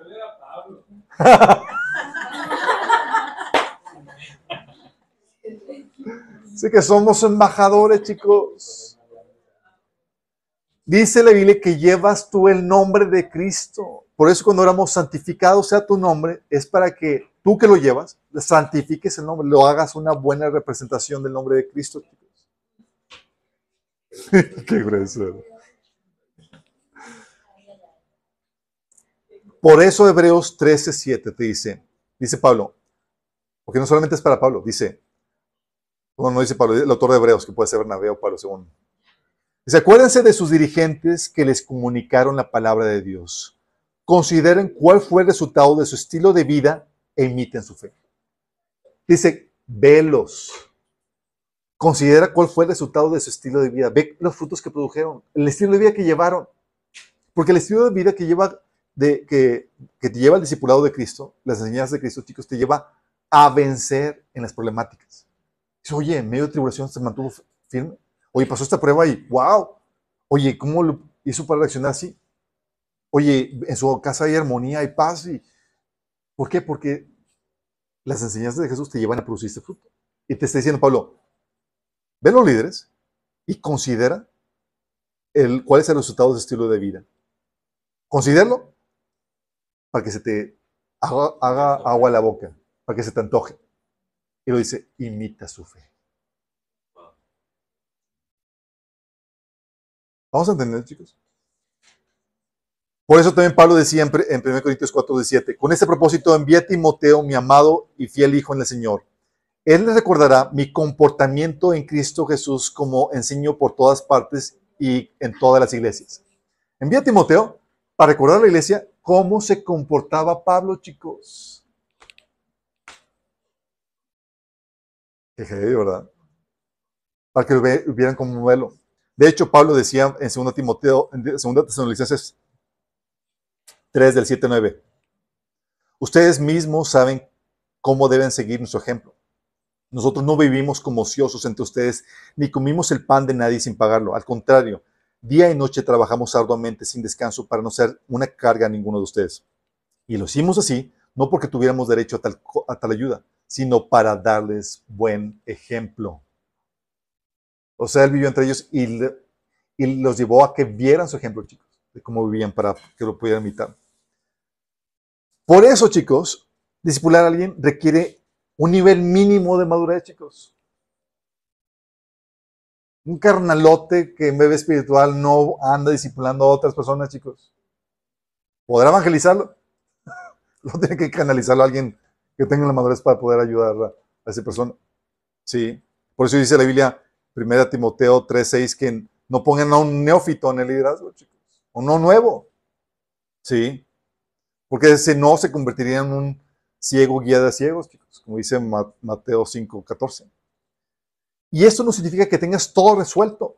Dice que somos embajadores, chicos. Dice la Biblia que llevas tú el nombre de Cristo. Por eso cuando oramos, santificado sea tu nombre, es para que tú que lo llevas, santifiques el nombre, lo hagas una buena representación del nombre de Cristo, chicos. Qué grueso. Por eso Hebreos trece siete te dice, dice Pablo, porque no solamente es para Pablo, dice, bueno, no dice Pablo, el autor de Hebreos, que puede ser Bernabé o Pablo según. Dice, acuérdense de sus dirigentes que les comunicaron la palabra de Dios. Consideren cuál fue el resultado de su estilo de vida e imiten su fe. Dice, velos. Considera cuál fue el resultado de su estilo de vida. Ve los frutos que produjeron, el estilo de vida que llevaron. Porque el estilo de vida que lleva de, que, que te lleva al discipulado de Cristo, las enseñanzas de Cristo, chicos, te lleva a vencer en las problemáticas. Dice, oye, en medio de tribulación se mantuvo firme. Oye, pasó esta prueba y wow. Oye, ¿cómo lo hizo para reaccionar así? Oye, en su casa hay armonía, hay paz. Y... ¿Por qué? Porque las enseñanzas de Jesús te llevan a producir este fruto. Y te está diciendo Pablo, ve los líderes y considera el, cuál es el resultado de ese estilo de vida. Considéralo para que se te haga, haga agua a la boca, para que se te antoje. Y lo dice, imita su fe. ¿Vamos a entender, chicos? Por eso también Pablo decía en primera Corintios cuatro diecisiete, con este propósito envía a Timoteo, mi amado y fiel hijo en el Señor. Él les recordará mi comportamiento en Cristo Jesús como enseño por todas partes y en todas las iglesias. Envía a Timoteo para recordar a la iglesia cómo se comportaba Pablo, chicos. Qué heavy, ¿verdad? Para que lo vieran como un modelo. De hecho, Pablo decía en segunda Timoteo, en segunda Tesalonicenses tres del siete al nueve, ustedes mismos saben cómo deben seguir nuestro ejemplo. Nosotros no vivimos como ociosos entre ustedes, ni comimos el pan de nadie sin pagarlo. Al contrario, día y noche trabajamos arduamente sin descanso para no ser una carga a ninguno de ustedes. Y lo hicimos así, no porque tuviéramos derecho a tal, a tal ayuda, sino para darles buen ejemplo. O sea, él vivió entre ellos y, le, y los llevó a que vieran su ejemplo, chicos, de cómo vivían para que lo pudieran imitar. Por eso, chicos, discipular a alguien requiere un nivel mínimo de madurez, chicos. Un carnalote que en bebé espiritual no anda discipulando a otras personas, chicos. ¿Podrá evangelizarlo? No tiene que canalizarlo a alguien que tenga la madurez para poder ayudar a, a esa persona. Sí. Por eso dice la Biblia, primera Timoteo tres seis, que no pongan a un neófito en el liderazgo, chicos. O no nuevo. Sí. Porque ese no se convertiría en un ciego guía de ciegos, chicos, como dice Mateo cinco catorce. Y esto no significa que tengas todo resuelto.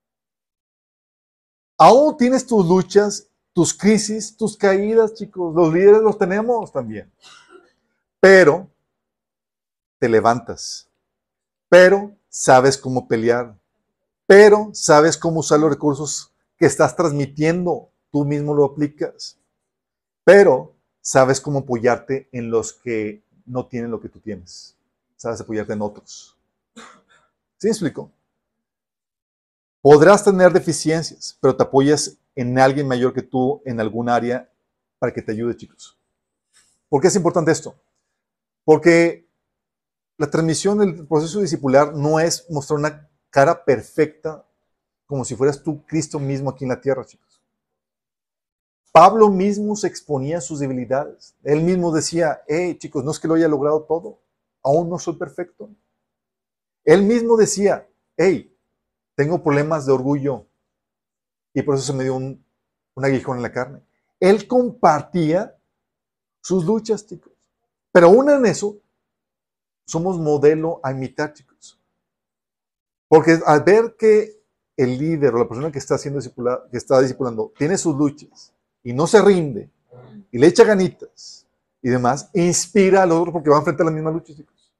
Aún tienes tus luchas, tus crisis, tus caídas, chicos. Los líderes los tenemos también. Pero te levantas. Pero sabes cómo pelear. Pero sabes cómo usar los recursos que estás transmitiendo. Tú mismo lo aplicas. Pero sabes cómo apoyarte en los que no tienen lo que tú tienes. Sabes apoyarte en otros. ¿Sí me explico? Podrás tener deficiencias, pero te apoyas en alguien mayor que tú en algún área para que te ayude, chicos. ¿Por qué es importante esto? Porque la transmisión del proceso discipular no es mostrar una cara perfecta como si fueras tú Cristo mismo aquí en la tierra, chicos. Pablo mismo se exponía a sus debilidades. Él mismo decía, hey, chicos, no es que lo haya logrado todo. Aún no soy perfecto. Él mismo decía, hey, tengo problemas de orgullo. Y por eso se me dio un, un aguijón en la carne. Él compartía sus luchas, chicos. Pero aún en eso, somos modelo a imitar, chicos. Porque al ver que el líder o la persona que está, siendo discipulada, que está discipulando tiene sus luchas, y no se rinde, y le echa ganitas, y demás, inspira al otro porque va a enfrentar la misma lucha, chicos.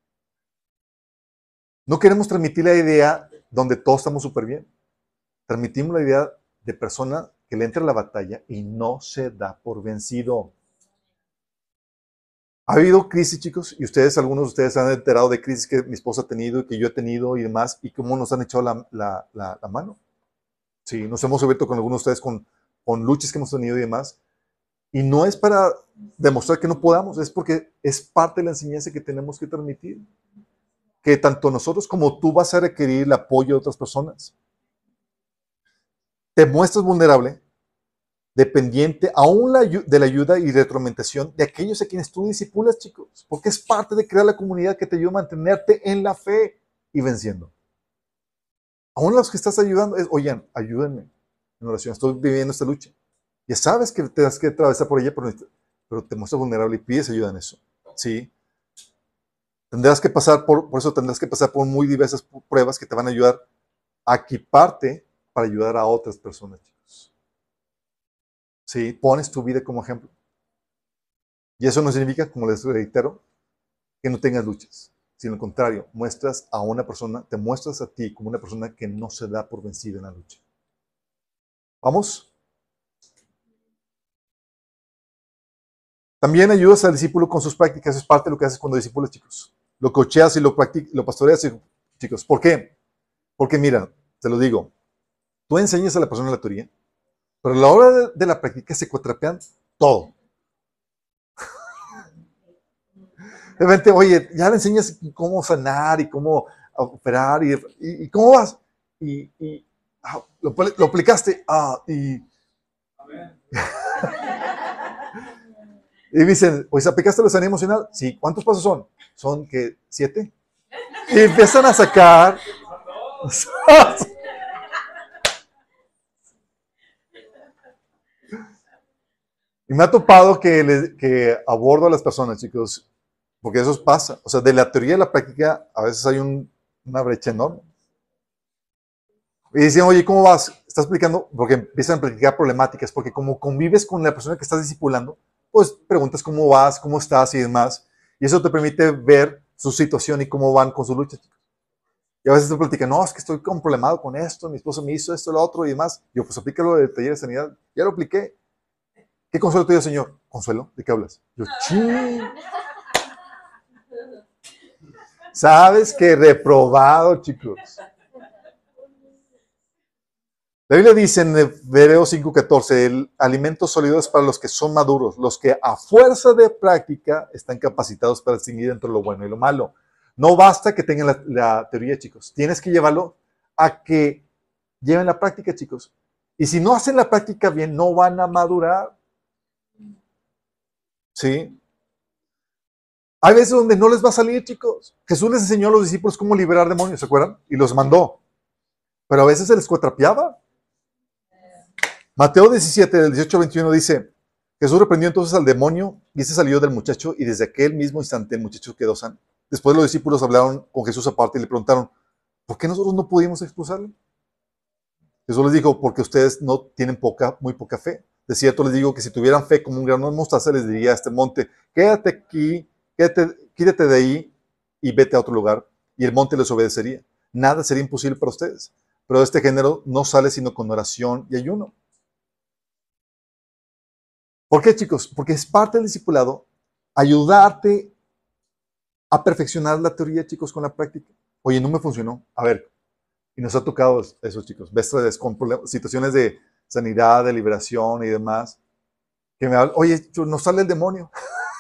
No queremos transmitir la idea donde todos estamos súper bien. Transmitimos la idea de persona que le entra a la batalla y no se da por vencido. Ha habido crisis, chicos, y ustedes, algunos de ustedes han enterado de crisis que mi esposa ha tenido y que yo he tenido y demás, y cómo nos han echado la, la, la, la mano. Sí, nos hemos abierto con algunos de ustedes con con luchas que hemos tenido y demás. Y no es para demostrar que no podamos, es porque es parte de la enseñanza que tenemos que transmitir. Que tanto nosotros como tú vas a requerir el apoyo de otras personas. te muestras vulnerable, dependiente aún la ayu- de la ayuda y retroalimentación de aquellos a quienes tú discipulas, chicos, porque es parte de crear la comunidad que te ayuda a mantenerte en la fe y venciendo. Aún los que estás ayudando, es, oigan, ayúdenme en oración, estoy viviendo esta lucha. Ya sabes que te das que atravesar por ella, pero, pero te muestras vulnerable y pides ayuda en eso. ¿Sí? Tendrás que pasar por, por eso tendrás que pasar por muy diversas pruebas que te van a ayudar a equiparte para ayudar a otras personas, chicos. ¿Sí? Pones tu vida como ejemplo. Y eso no significa, como les reitero, que no tengas luchas. Sino al contrario, muestras a una persona, te muestras a ti como una persona que no se da por vencida en la lucha. ¿Vamos? También ayudas al discípulo con sus prácticas. Es parte de lo que haces cuando discipulas, chicos. Lo cocheas y lo, lo pastoreas, chicos. ¿Por qué? Porque mira, te lo digo, tú enseñas a la persona la teoría, pero a la hora de, de la práctica se cuatrapean todo. De repente, oye, ya le enseñas cómo sanar y cómo operar y, y, y cómo vas. Y, y ah, lo, lo, aplicaste. Ah, y, y dicen, pues aplicaste la sanidad emocional. Sí, ¿cuántos pasos son? Son que siete. Y empiezan a sacar. Y me ha topado que, le, que abordo a las personas, chicos, porque eso pasa. O sea, de la teoría a la práctica, a veces hay un, una brecha enorme. Y dicen, oye, ¿cómo vas? Estás explicando, porque empiezan a practicar problemáticas, porque como convives con la persona que estás discipulando, pues preguntas cómo vas, cómo estás y demás. Y eso te permite ver su situación y cómo van con su lucha, chicos. Y a veces te platican, no, es que estoy problemado con esto, mi esposo me hizo esto, lo otro y demás. Yo, pues aplícalo del taller de sanidad. Ya lo apliqué. ¿Qué consuelo te dio, Señor? ¿Consuelo? ¿De qué hablas? Yo, ching. ¿Sabes qué? Reprobado, chicos. La Biblia dice en Hebreos cinco catorce, el alimento sólido es para los que son maduros, los que a fuerza de práctica están capacitados para distinguir entre lo bueno y lo malo. No basta que tengan la, la teoría, chicos. Tienes que llevarlo a que lleven la práctica, chicos. Y si no hacen la práctica bien, no van a madurar. ¿Sí? Hay veces donde no les va a salir, chicos. Jesús les enseñó a los discípulos cómo liberar demonios, ¿se acuerdan? Y los mandó. Pero a veces se les cuatrapeaba. Mateo diecisiete, del dieciocho al veintiuno dice, Jesús reprendió entonces al demonio y ese salió del muchacho y desde aquel mismo instante el muchacho quedó sano. Después los discípulos hablaron con Jesús aparte y le preguntaron, ¿por qué nosotros no pudimos expulsarlo? Jesús les dijo, porque ustedes no tienen poca, muy poca fe. De cierto les digo que si tuvieran fe como un grano de mostaza, les diría a este monte, quédate aquí, quédate, quítate de ahí y vete a otro lugar. Y el monte les obedecería. Nada sería imposible para ustedes. Pero de este género no sale sino con oración y ayuno. ¿Por qué, chicos? Porque es parte del discipulado ayudarte a perfeccionar la teoría, chicos, con la práctica. Oye, no me funcionó. A ver, y nos ha tocado eso, chicos. Ves con situaciones de sanidad, de liberación y demás. Que me hablan, oye, nos sale el demonio.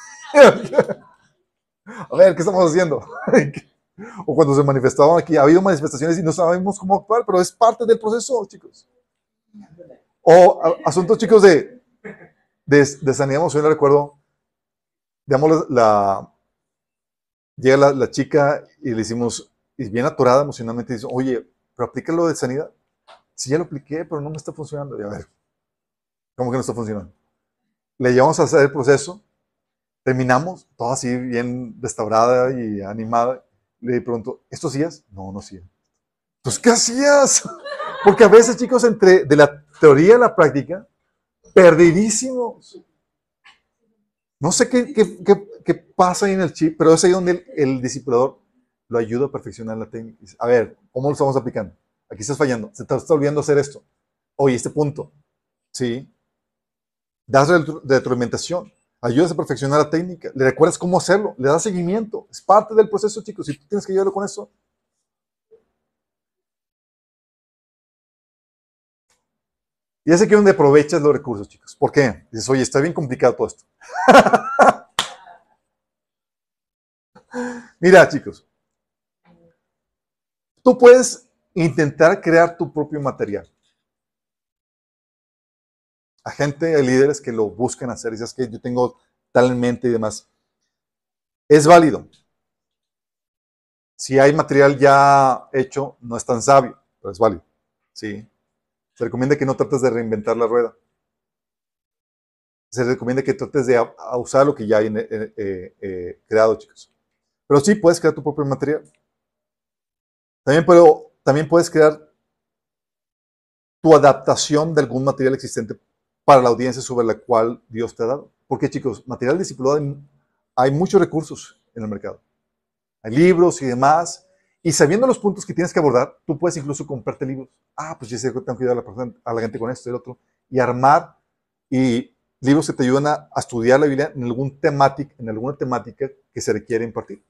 A ver, ¿qué estamos haciendo? O cuando se manifestaban aquí, ha habido manifestaciones y no sabemos cómo actuar, pero es parte del proceso, chicos. O a, asuntos, chicos, de, de, de sanidad emocional, recuerdo, digamos, la, la llega la, la, chica y le hicimos, y bien atorada emocionalmente, dice, oye, pero aplícalo de sanidad. Sí, ya lo apliqué, pero no me está funcionando. Y a ver, ¿cómo que no está funcionando? Le llevamos a hacer el proceso, terminamos, todo así bien restaurada y animada. Le pregunto, ¿esto hacías? No, no hacía. Pues, ¿qué hacías? Porque a veces, chicos, entre de la teoría a la práctica, perdidísimos. No sé qué, qué, qué, qué pasa ahí en el chip, pero es ahí donde el, el discipulador lo ayuda a perfeccionar la técnica. Dice, a ver, ¿cómo lo estamos aplicando? Aquí estás fallando, se te está olvidando hacer esto. Oye, este punto, ¿sí? Das retroalimentación, ayudas a perfeccionar la técnica, le recuerdas cómo hacerlo, le das seguimiento. Es parte del proceso, chicos, y tú tienes que ayudarlo con eso. Y es aquí donde aprovechas los recursos, chicos. ¿Por qué? Dices, oye, está bien complicado todo esto. Mira, chicos, tú puedes intentar crear tu propio material. a gente, a líderes que lo buscan hacer. Y dices que yo tengo tal en mente y demás. Es válido. Si hay material ya hecho, no es tan sabio, pero es válido. ¿Sí? Se recomienda que no trates de reinventar la rueda. Se recomienda que trates de a, a usar lo que ya hay en, eh, eh, eh, creado, chicos. Pero sí, puedes crear tu propio material. También, pero, también puedes crear tu adaptación de algún material existente para la audiencia sobre la cual Dios te ha dado. Porque, chicos, material discipulado hay, hay muchos recursos en el mercado. Hay libros y demás. Y sabiendo los puntos que tienes que abordar, tú puedes incluso comprarte libros. Ah, pues ya sé que tengo que ayudar a la, persona, a la gente con esto y el otro. Y armar y libros que te ayudan a, a estudiar la Biblia en, algún temática, en alguna temática que se requiere impartir.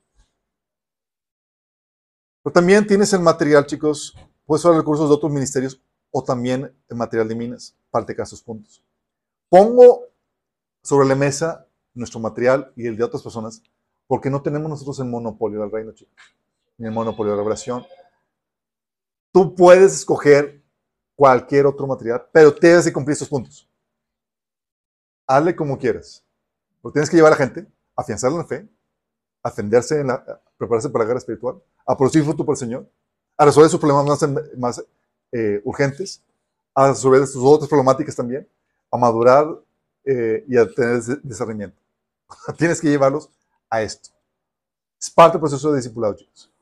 Pero también tienes el material, chicos, puedes usar recursos de otros ministerios o también el material de Minas para atacar sus puntos. Pongo sobre la mesa nuestro material y el de otras personas porque no tenemos nosotros el monopolio del reino, chicos, ni el monopolio de la revelación. Tú puedes escoger cualquier otro material, pero tienes que cumplir estos puntos. Hazle como quieras. Porque tienes que llevar a la gente a afianzarla en la fe, a defenderse, en la, a prepararse para la guerra espiritual, a producir fruto por el Señor, a resolver sus problemas más, más eh, urgentes, a resolver sus otras problemáticas también, a madurar eh, y a tener discernimiento. Tienes que llevarlos a esto. Es parte del proceso de discipulado, chicos.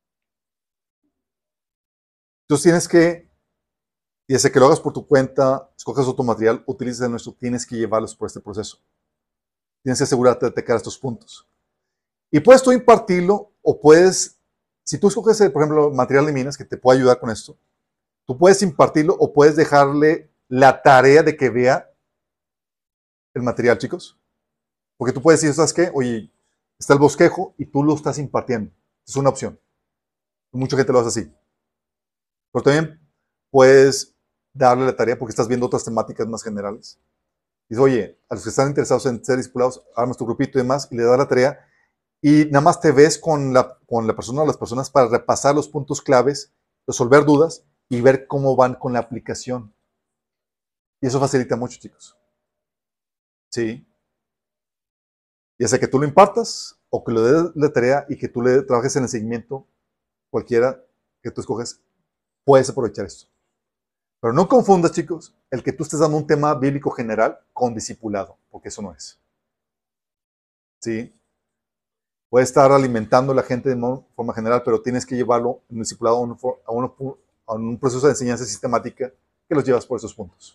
Entonces tienes que, y desde que lo hagas por tu cuenta, escoges otro material, utilices el nuestro, tienes que llevarlos por este proceso. Tienes que asegurarte de atacar estos puntos. Y puedes tú impartirlo, o puedes, si tú escoges, por ejemplo, material de Minas, que te puede ayudar con esto, tú puedes impartirlo o puedes dejarle la tarea de que vea el material, chicos. Porque tú puedes decir, ¿sabes qué? Oye, está el bosquejo y tú lo estás impartiendo. Es una opción. Mucha gente lo hace así. Pero también puedes darle la tarea porque estás viendo otras temáticas más generales. Dices, oye, a los que están interesados en ser discipulados, armas tu grupito y demás, y le das la tarea, y nada más te ves con la, con la persona o las personas para repasar los puntos claves, resolver dudas y ver cómo van con la aplicación. Y eso facilita mucho, chicos. Sí. Ya sea que tú lo impartas o que le des la tarea y que tú le trabajes en el seguimiento, cualquiera que tú escoges, puedes aprovechar esto. Pero no confundas, chicos, el que tú estés dando un tema bíblico general con discipulado, porque eso no es. ¿Sí? Puedes estar alimentando a la gente de forma general, pero tienes que llevarlo en el discipulado a un, a, un, a un proceso de enseñanza sistemática que los llevas por esos puntos.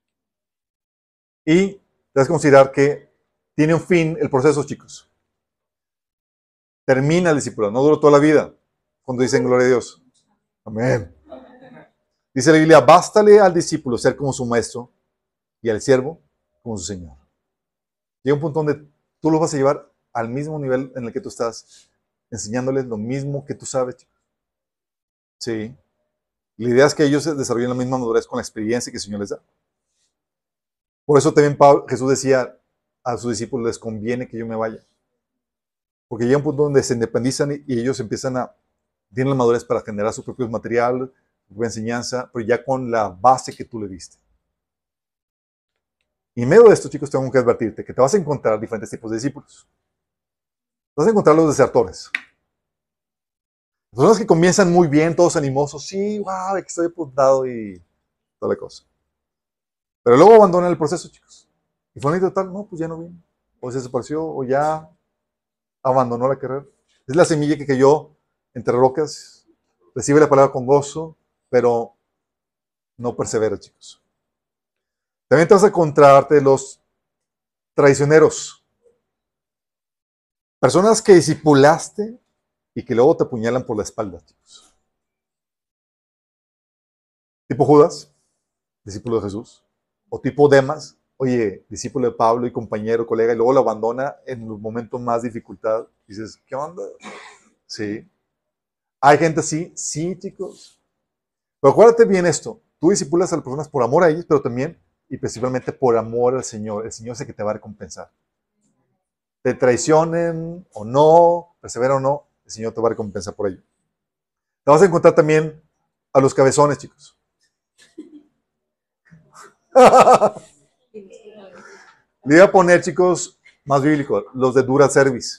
Y debes considerar que tiene un fin el proceso, chicos. Termina el discipulado, no dura toda la vida. Cuando dicen gloria a Dios. Amén. Dice la Biblia, bástale al discípulo ser como su maestro y al siervo como su señor. Llega un punto donde tú los vas a llevar al mismo nivel en el que tú estás, enseñándoles lo mismo que tú sabes, chicos. Sí. La idea es que ellos desarrollen la misma madurez con la experiencia que el Señor les da. Por eso también Pablo, Jesús decía a sus discípulos, les conviene que yo me vaya. Porque llega un punto donde se independizan y, y ellos empiezan a, tienen la madurez para generar su propio material, su propia enseñanza, pero ya con la base que tú le diste. Y en medio de esto, chicos, tengo que advertirte que te vas a encontrar diferentes tipos de discípulos. Vas a encontrar los desertores. Personas que comienzan muy bien, todos animosos, sí, wow, que estoy apuntado y toda la cosa. Pero luego abandonan el proceso, chicos. Y fue total, no, pues ya no vino. O se desapareció, o ya abandonó la carrera. Es la semilla que cayó entre rocas, recibe la palabra con gozo, pero no persevera, chicos. También te vas a encontrarte los traicioneros. Personas que discipulaste y que luego te apuñalan por la espalda, chicos. Tipo Judas, discípulo de Jesús. O tipo Demas, oye, discípulo de Pablo y compañero, colega, y luego lo abandona en los momentos más dificultad. Dices, ¿qué onda? Sí. ¿Hay gente así? Sí, chicos. Pero acuérdate bien esto. Tú discipulas a las personas por amor a ellos, pero también y principalmente por amor al Señor. El Señor es el que te va a recompensar. Te traicionen o no, persevera o no, el Señor te va a recompensar por ello. Te vas a encontrar también a los cabezones, chicos. Le iba a poner, chicos, más bíblico, los de Dura Service.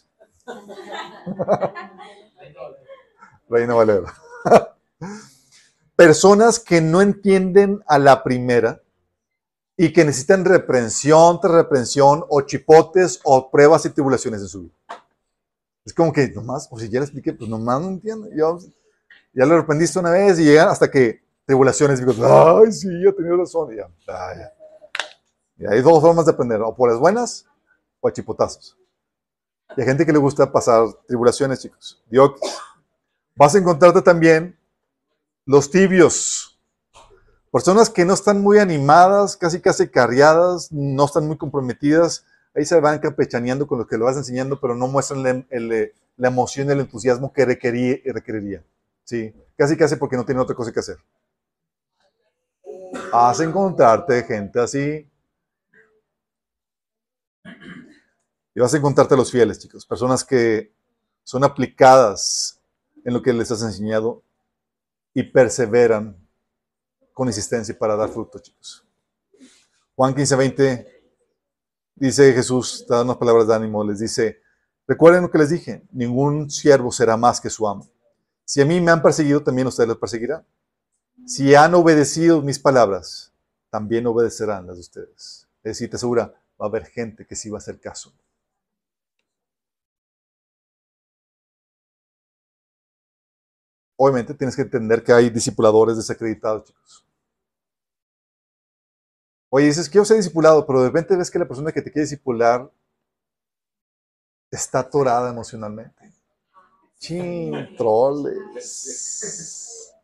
Reina Valera. Personas que no entienden a la primera y que necesitan reprensión tras reprensión o chipotes o pruebas y tribulaciones en su vida. Es como que nomás, o si ya le expliqué, pues nomás no entiendo. Yo, ya lo reprendiste una vez y llegan hasta que tribulaciones, digo, ay, sí, ya tenía razón. Y ya, ah, ya. Y hay dos formas de aprender, o por las buenas o a chipotazos. Y hay gente que le gusta pasar tribulaciones, chicos. Dios, vas a encontrarte también los tibios. Personas que no están muy animadas, casi casi carriadas, no están muy comprometidas. Ahí se van campechaneando con lo que le vas enseñando, pero no muestran el, el, la emoción y el entusiasmo que requería, requeriría. Sí, casi casi porque no tienen otra cosa que hacer. Vas a encontrarte gente así. Y vas a encontrarte a los fieles, chicos. Personas que son aplicadas en lo que les has enseñado y perseveran con insistencia para dar fruto, chicos. Juan quince, veinte dice Jesús, da unas palabras de ánimo, les dice, recuerden lo que les dije, ningún siervo será más que su amo. Si a mí me han perseguido, también ustedes los perseguirán. Si han obedecido mis palabras, también obedecerán las de ustedes. Es decir, te asegura, va a haber gente que sí va a hacer caso. Obviamente tienes que entender que hay discipuladores desacreditados, chicos. Oye, dices, quiero ser discipulado, pero de repente ves que la persona que te quiere discipular está atorada emocionalmente. Chin, troles.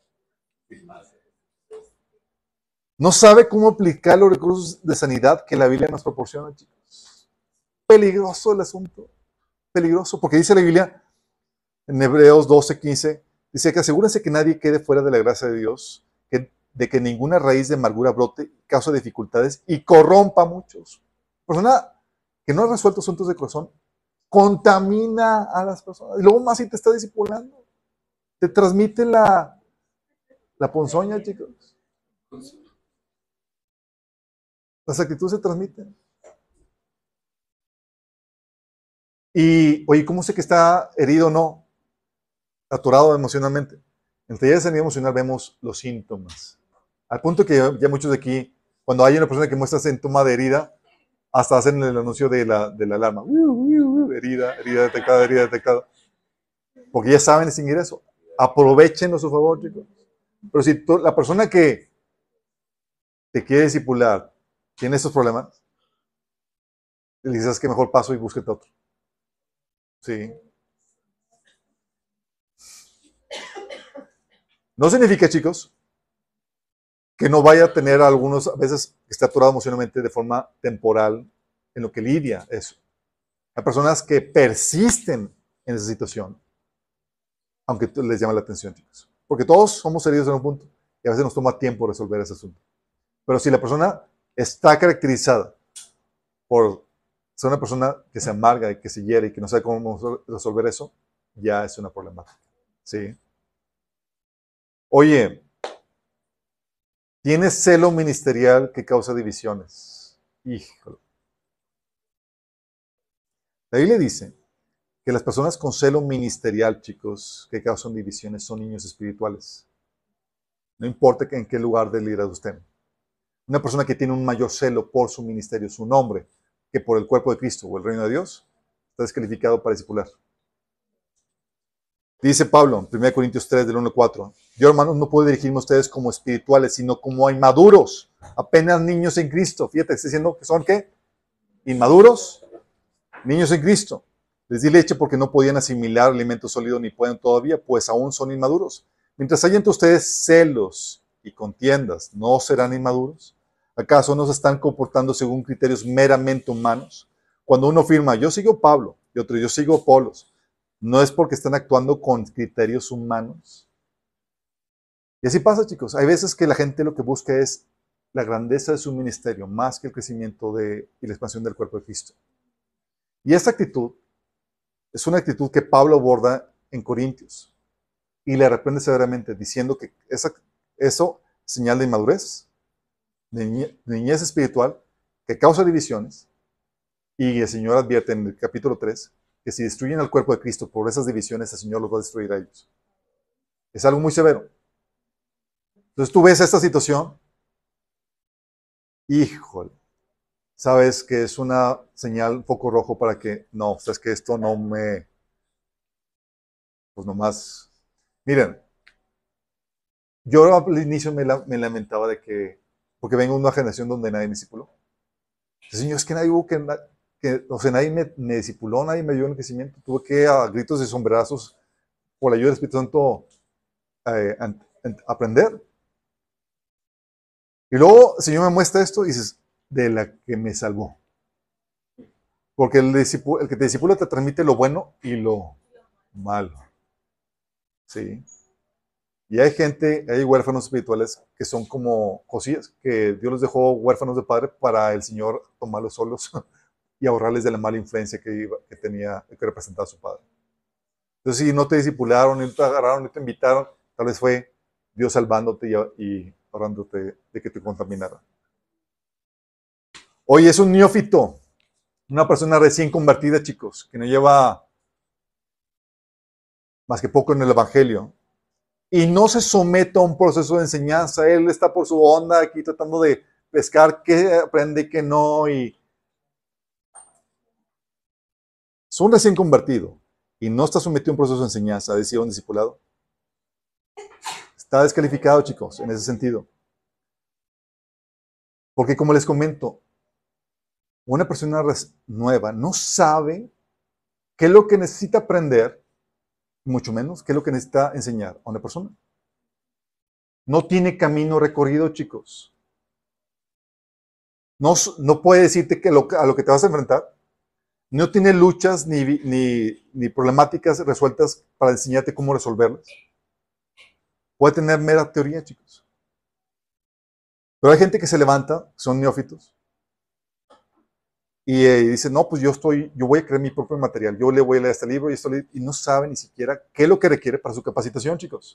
No sabe cómo aplicar los recursos de sanidad que la Biblia nos proporciona, chicos. Peligroso el asunto. Peligroso, porque dice la Biblia en Hebreos doce, quince, dice que asegúrense que nadie quede fuera de la gracia de Dios, que, de que ninguna raíz de amargura brote, cause dificultades y corrompa a muchos. Persona que no ha resuelto asuntos de corazón contamina a las personas. Y luego más si te está discipulando. Te transmite la, la ponzoña, chicos. Las actitudes se transmiten. Y, oye, ¿cómo sé que está herido o no? Atorado emocionalmente. En el taller de sanidad emocional vemos los síntomas. Al punto que ya, ya muchos de aquí, cuando hay una persona que muestra síntoma de herida, hasta hacen el anuncio de la, de la alarma. Uh, uh, uh, herida, herida detectada, herida detectada. Porque ya saben distinguir eso. Aprovechenlo a su favor, chicos. Pero si tú, la persona que te quiere discipular tiene estos problemas, le dices que mejor paso y búsquete otro. Sí. No significa, chicos, que no vaya a tener algunos, a veces que esté atorado emocionalmente de forma temporal en lo que lidia eso. Hay personas que persisten en esa situación, aunque les llama la atención, chicos. Porque todos somos heridos en un punto y a veces nos toma tiempo resolver ese asunto. Pero si la persona está caracterizada por ser una persona que se amarga y que se hiere y que no sabe cómo resolver eso, ya es una problemática. ¿Sí? Oye, ¿tienes celo ministerial que causa divisiones? Híjole. La Biblia dice que las personas con celo ministerial, chicos, que causan divisiones son niños espirituales. No importa en qué lugar de liderazgo estén. Una persona que tiene un mayor celo por su ministerio, su nombre, que por el cuerpo de Cristo o el reino de Dios, está descalificado para discipular. Dice Pablo en primera Corintios tres, del uno al cuatro, yo, hermanos, no puedo dirigirme a ustedes como espirituales, sino como a inmaduros, apenas niños en Cristo. Fíjate, está diciendo que son, ¿qué? Inmaduros, niños en Cristo. Les di leche porque no podían asimilar alimento sólido ni pueden todavía, pues aún son inmaduros. Mientras hay entre ustedes celos y contiendas, ¿no serán inmaduros? ¿Acaso no se están comportando según criterios meramente humanos? Cuando uno afirma, yo sigo Pablo, y otro, yo sigo Apolos, ¿no es porque están actuando con criterios humanos? Y así pasa, chicos. Hay veces que la gente lo que busca es la grandeza de su ministerio, más que el crecimiento de, y la expansión del cuerpo de Cristo. Y esta actitud es una actitud que Pablo aborda en Corintios y le reprende severamente, diciendo que esa, eso es señal de inmadurez, de niñez espiritual, que causa divisiones Y el Señor advierte en el capítulo tres que si destruyen al cuerpo de Cristo por esas divisiones, el Señor los va a destruir a ellos. Es algo muy severo. Entonces tú ves esta situación, híjole, sabes que es una señal, un foco rojo para que, no, sabes que esto no me, pues nomás, miren, yo al inicio me, la, me lamentaba de que, porque vengo de una generación donde nadie me discipuló. Señor, es que nadie hubo que, que, o sea, nadie me, me discipuló, nadie me dio el crecimiento, tuve que a gritos y sombrerazos, por la ayuda del Espíritu Santo, eh, an, an, aprender. Y luego el Señor me muestra esto y dices, de la que me salvó. Porque el, el que te discipula te transmite lo bueno y lo malo. ¿Sí? Y hay gente, hay huérfanos espirituales que son como Josías, que Dios los dejó huérfanos de padre para el Señor tomarlos solos y ahorrarles de la mala influencia que, iba, que tenía, que representaba a su padre. Entonces, si no te discipularon, ni te agarraron, ni te invitaron, tal vez fue Dios salvándote y, y ahorrándote de que te contaminaran. Hoy es un neófito, una persona recién convertida, chicos, que no lleva más que poco en el Evangelio. Y no se somete a un proceso de enseñanza. Él está por su onda aquí tratando de pescar qué aprende y qué no. Y es un recién convertido y no está sometido a un proceso de enseñanza, decía un discipulado. Está descalificado, chicos, en ese sentido. Porque como les comento, una persona nueva no sabe qué es lo que necesita aprender, mucho menos qué es lo que necesita enseñar a una persona. No tiene camino recorrido, chicos. No, no puede decirte que lo, a lo que te vas a enfrentar. No tiene luchas ni, ni, ni problemáticas resueltas para enseñarte cómo resolverlas. Puede tener mera teoría, chicos. Pero hay gente que se levanta, son neófitos, y eh, dice, no, pues yo estoy, yo voy a crear mi propio material, yo le voy a leer este libro y esto, y no sabe ni siquiera qué es lo que requiere para su capacitación, chicos.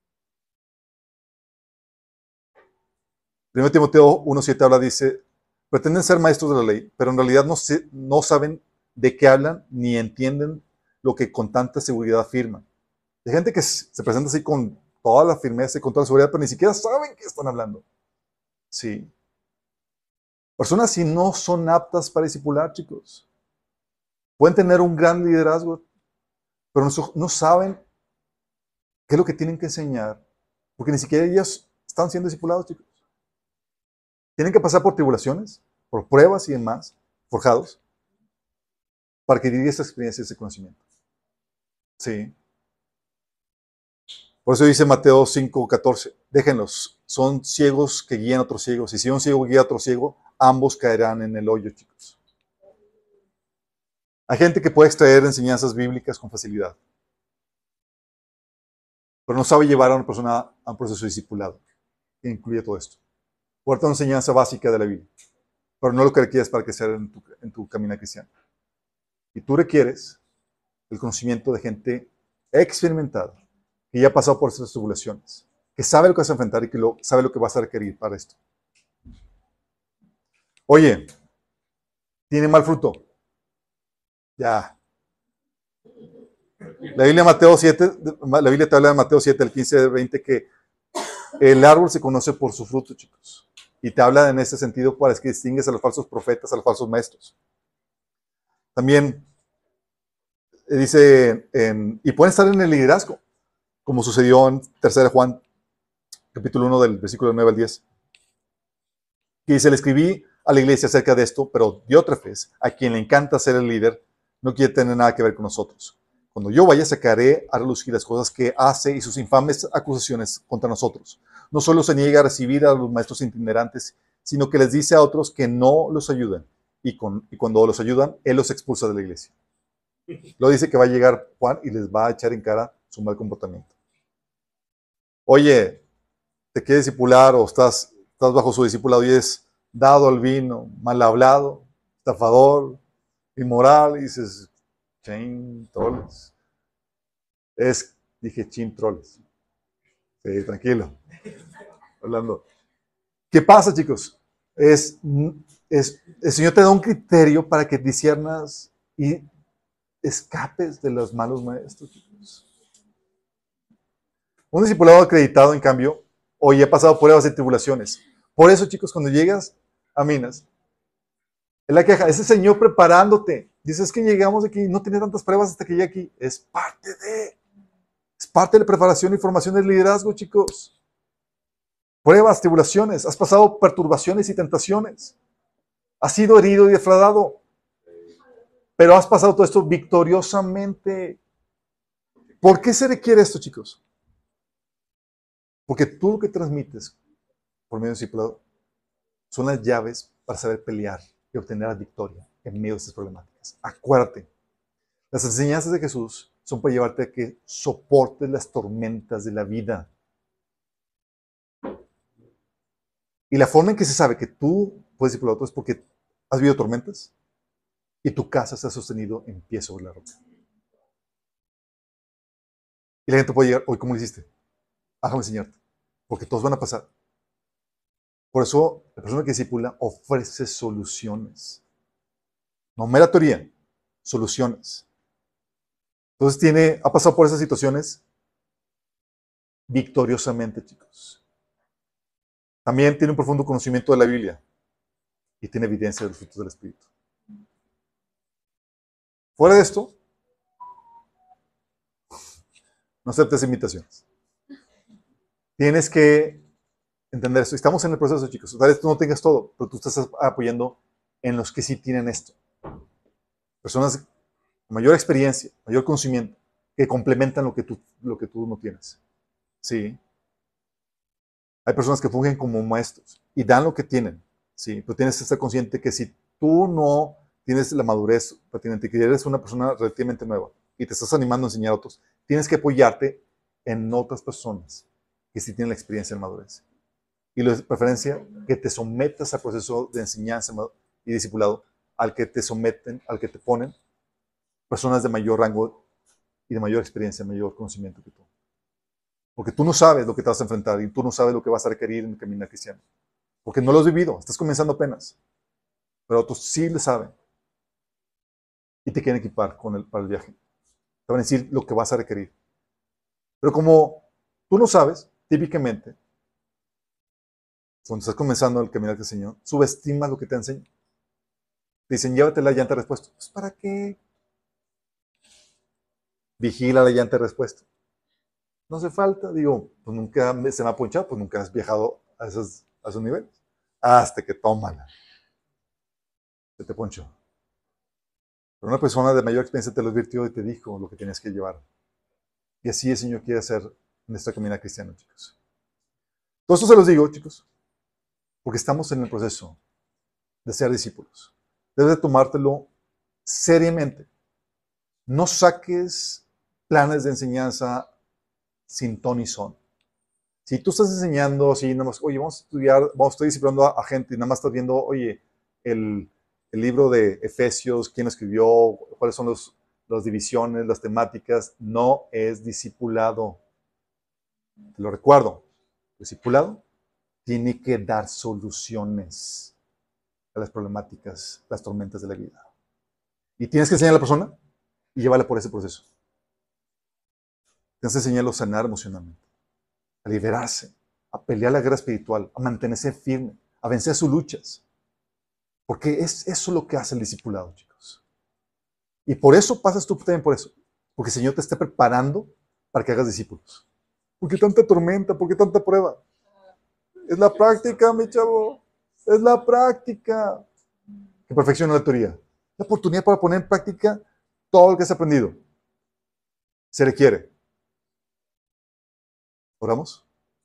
primero Timoteo uno siete habla, dice, pretenden ser maestros de la ley, pero en realidad no, se, no saben de qué hablan ni entienden lo que con tanta seguridad afirman. Hay gente que se presenta así con toda la firmeza y con toda la seguridad, pero ni siquiera saben qué están hablando. Sí. Personas así no son aptas para discipular, chicos. Pueden tener un gran liderazgo, pero no, no saben qué es lo que tienen que enseñar, porque ni siquiera ellos están siendo discipulados, chicos. Tienen que pasar por tribulaciones, por pruebas y demás, forjados, para que adquirir esa experiencia y ese conocimiento. Sí. Por eso dice Mateo cinco catorce, déjenlos, son ciegos que guían a otros ciegos, y si un ciego guía a otro ciego, ambos caerán en el hoyo, chicos. Hay gente que puede extraer enseñanzas bíblicas con facilidad, pero no sabe llevar a una persona a un proceso discipulado, que incluye todo esto. Puerta una enseñanza básica de la Biblia, pero no lo que requieres para crecer en tu, en tu camino cristiano. Y tú requieres el conocimiento de gente experimentada, que ya ha pasado por estas tribulaciones, que sabe lo que vas a enfrentar y que lo, sabe lo que vas a requerir para esto. Oye, tiene mal fruto. Ya. La Biblia, Mateo siete, la Biblia te habla de Mateo siete, el quince al veinte, que el árbol se conoce por su fruto, chicos. Y te habla en ese sentido para que distingues a los falsos profetas, a los falsos maestros. También dice, en, y pueden estar en el liderazgo, como sucedió en tercera Juan, capítulo uno, del versículo nueve al diez. Que dice, le escribí a la iglesia acerca de esto, pero Diótrefes, a quien le encanta ser el líder, no quiere tener nada que ver con nosotros. Cuando yo vaya, sacaré a relucir las cosas que hace y sus infames acusaciones contra nosotros. No solo se niega a recibir a los maestros itinerantes, sino que les dice a otros que no los ayuden. Y, con, y cuando los ayudan, él los expulsa de la iglesia. Lo dice que va a llegar Juan y les va a echar en cara su mal comportamiento. Oye, ¿te quieres discipular o estás, estás bajo su discipulado y es dado al vino, mal hablado, estafador, inmoral? Y dices, chin, troles. Es, dije, chin, troles. Sí, tranquilo. Hablando. ¿Qué pasa, chicos? Es, es, el Señor te da un criterio para que disiernas y escapes de los malos maestros, chicos. Un discipulado acreditado, en cambio, hoy ha pasado pruebas y tribulaciones. Por eso, chicos, cuando llegas a Minas, es la queja, es el Señor preparándote. Dices que llegamos aquí, no tiene tantas pruebas hasta que llegue aquí. Es parte de, es parte de la preparación y formación del liderazgo, chicos. Pruebas, tribulaciones, has pasado perturbaciones y tentaciones. Has sido herido y defraudado. Pero has pasado todo esto victoriosamente. ¿Por qué se requiere esto, chicos? Porque tú lo que transmites por medio del discipulado son las llaves para saber pelear y obtener la victoria en medio de estas problemáticas. Acuérdate, las enseñanzas de Jesús son para llevarte a que soportes las tormentas de la vida. Y la forma en que se sabe que tú puedes discipular a otros es porque has vivido tormentas y tu casa se ha sostenido en pie sobre la roca. Y la gente puede llegar, hoy, ¿cómo lo hiciste? Déjame enseñarte, porque todos van a pasar. Por eso, la persona que discipula ofrece soluciones. No mera teoría, soluciones. Entonces tiene, ha pasado por esas situaciones victoriosamente, chicos. También tiene un profundo conocimiento de la Biblia y tiene evidencia de los frutos del Espíritu. Fuera de esto, no aceptes invitaciones. Tienes que entender esto. Estamos en el proceso, chicos. Tal vez tú no tengas todo, pero tú estás apoyando en los que sí tienen esto. Personas con mayor experiencia, mayor conocimiento, que complementan lo que tú, lo que tú no tienes. Sí. Hay personas que fungen como maestros y dan lo que tienen. Sí. Pero tienes que estar consciente que si tú no tienes la madurez pertinente, que eres una persona relativamente nueva y te estás animando a enseñar a otros, tienes que apoyarte en otras personas que sí tienen la experiencia en madurez. Y la preferencia, que te sometas al proceso de enseñanza y discipulado al que te someten, al que te ponen personas de mayor rango y de mayor experiencia, mayor conocimiento que tú. Porque tú no sabes lo que te vas a enfrentar y tú no sabes lo que vas a requerir en el camino cristiano. Porque no lo has vivido, estás comenzando apenas. Pero otros sí lo saben. Y te quieren equipar con el, para el viaje. Te van a decir lo que vas a requerir. Pero como tú no sabes, típicamente, cuando estás comenzando el caminar del Señor, subestimas lo que te enseña. Te dicen, llévate la llanta de repuesto. Pues, ¿para qué? Vigila la llanta de repuesto. No hace falta. Digo, pues nunca se me ha ponchado, pues nunca has viajado a esos, a esos niveles. Hasta que tómala. Se te ponchó. Pero una persona de mayor experiencia te lo advirtió y te dijo lo que tenías que llevar. Y así el Señor quiere hacer en esta caminata cristiana, chicos. Todo esto se los digo, chicos, porque estamos en el proceso de ser discípulos. Debes de tomártelo seriamente. No saques planes de enseñanza sin ton y son. Si tú estás enseñando así, nada más, oye, vamos a estudiar, vamos, estoy disciplinando a, a gente y nada más estás viendo, oye, el, el libro de Efesios, quién lo escribió, cuáles son los, las divisiones, las temáticas, no es discipulado. Te lo recuerdo. El discipulado tiene que dar soluciones a las problemáticas, las tormentas de la vida. Y tienes que enseñar a la persona y llevarla por ese proceso. Tienes que enseñarlo a sanar emocionalmente, a liberarse, a pelear la guerra espiritual, a mantenerse firme, a vencer sus luchas. Porque es eso lo que hace el discipulado, chicos. Y por eso pasas tú también por eso. Porque el Señor te está preparando para que hagas discípulos. ¿Por qué tanta tormenta? ¿Por qué tanta prueba? Es la práctica, mi chavo. Es la práctica que perfecciona la teoría. La oportunidad para poner en práctica todo lo que has aprendido. Se requiere. ¿Oramos?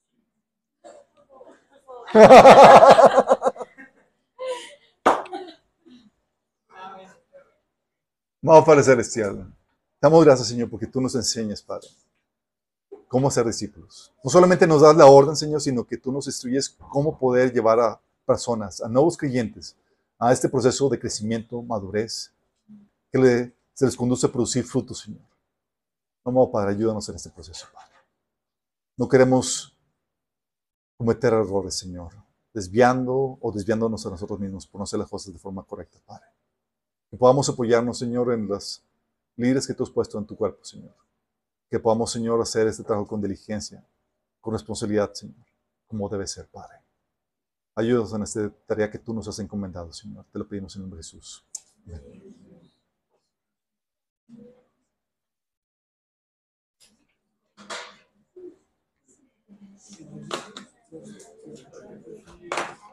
Amado Padre Celestial, damos gracias, Señor, porque tú nos enseñas, Padre, cómo ser discípulos. No solamente nos das la orden, Señor, sino que tú nos instruyes cómo poder llevar a personas, a nuevos creyentes, a este proceso de crecimiento, madurez, que le, se les conduce a producir frutos, Señor. Amado Padre, ayúdanos en este proceso, Padre. No queremos cometer errores, Señor. desviando o desviándonos a nosotros mismos por no hacer las cosas de forma correcta, Padre. Que podamos apoyarnos, Señor, en los líderes que tú has puesto en tu cuerpo, Señor. Que podamos, Señor, hacer este trabajo con diligencia, con responsabilidad, Señor, como debe ser, Padre. Ayúdanos en esta tarea que tú nos has encomendado, Señor. Te lo pedimos en el nombre de Jesús. Amén.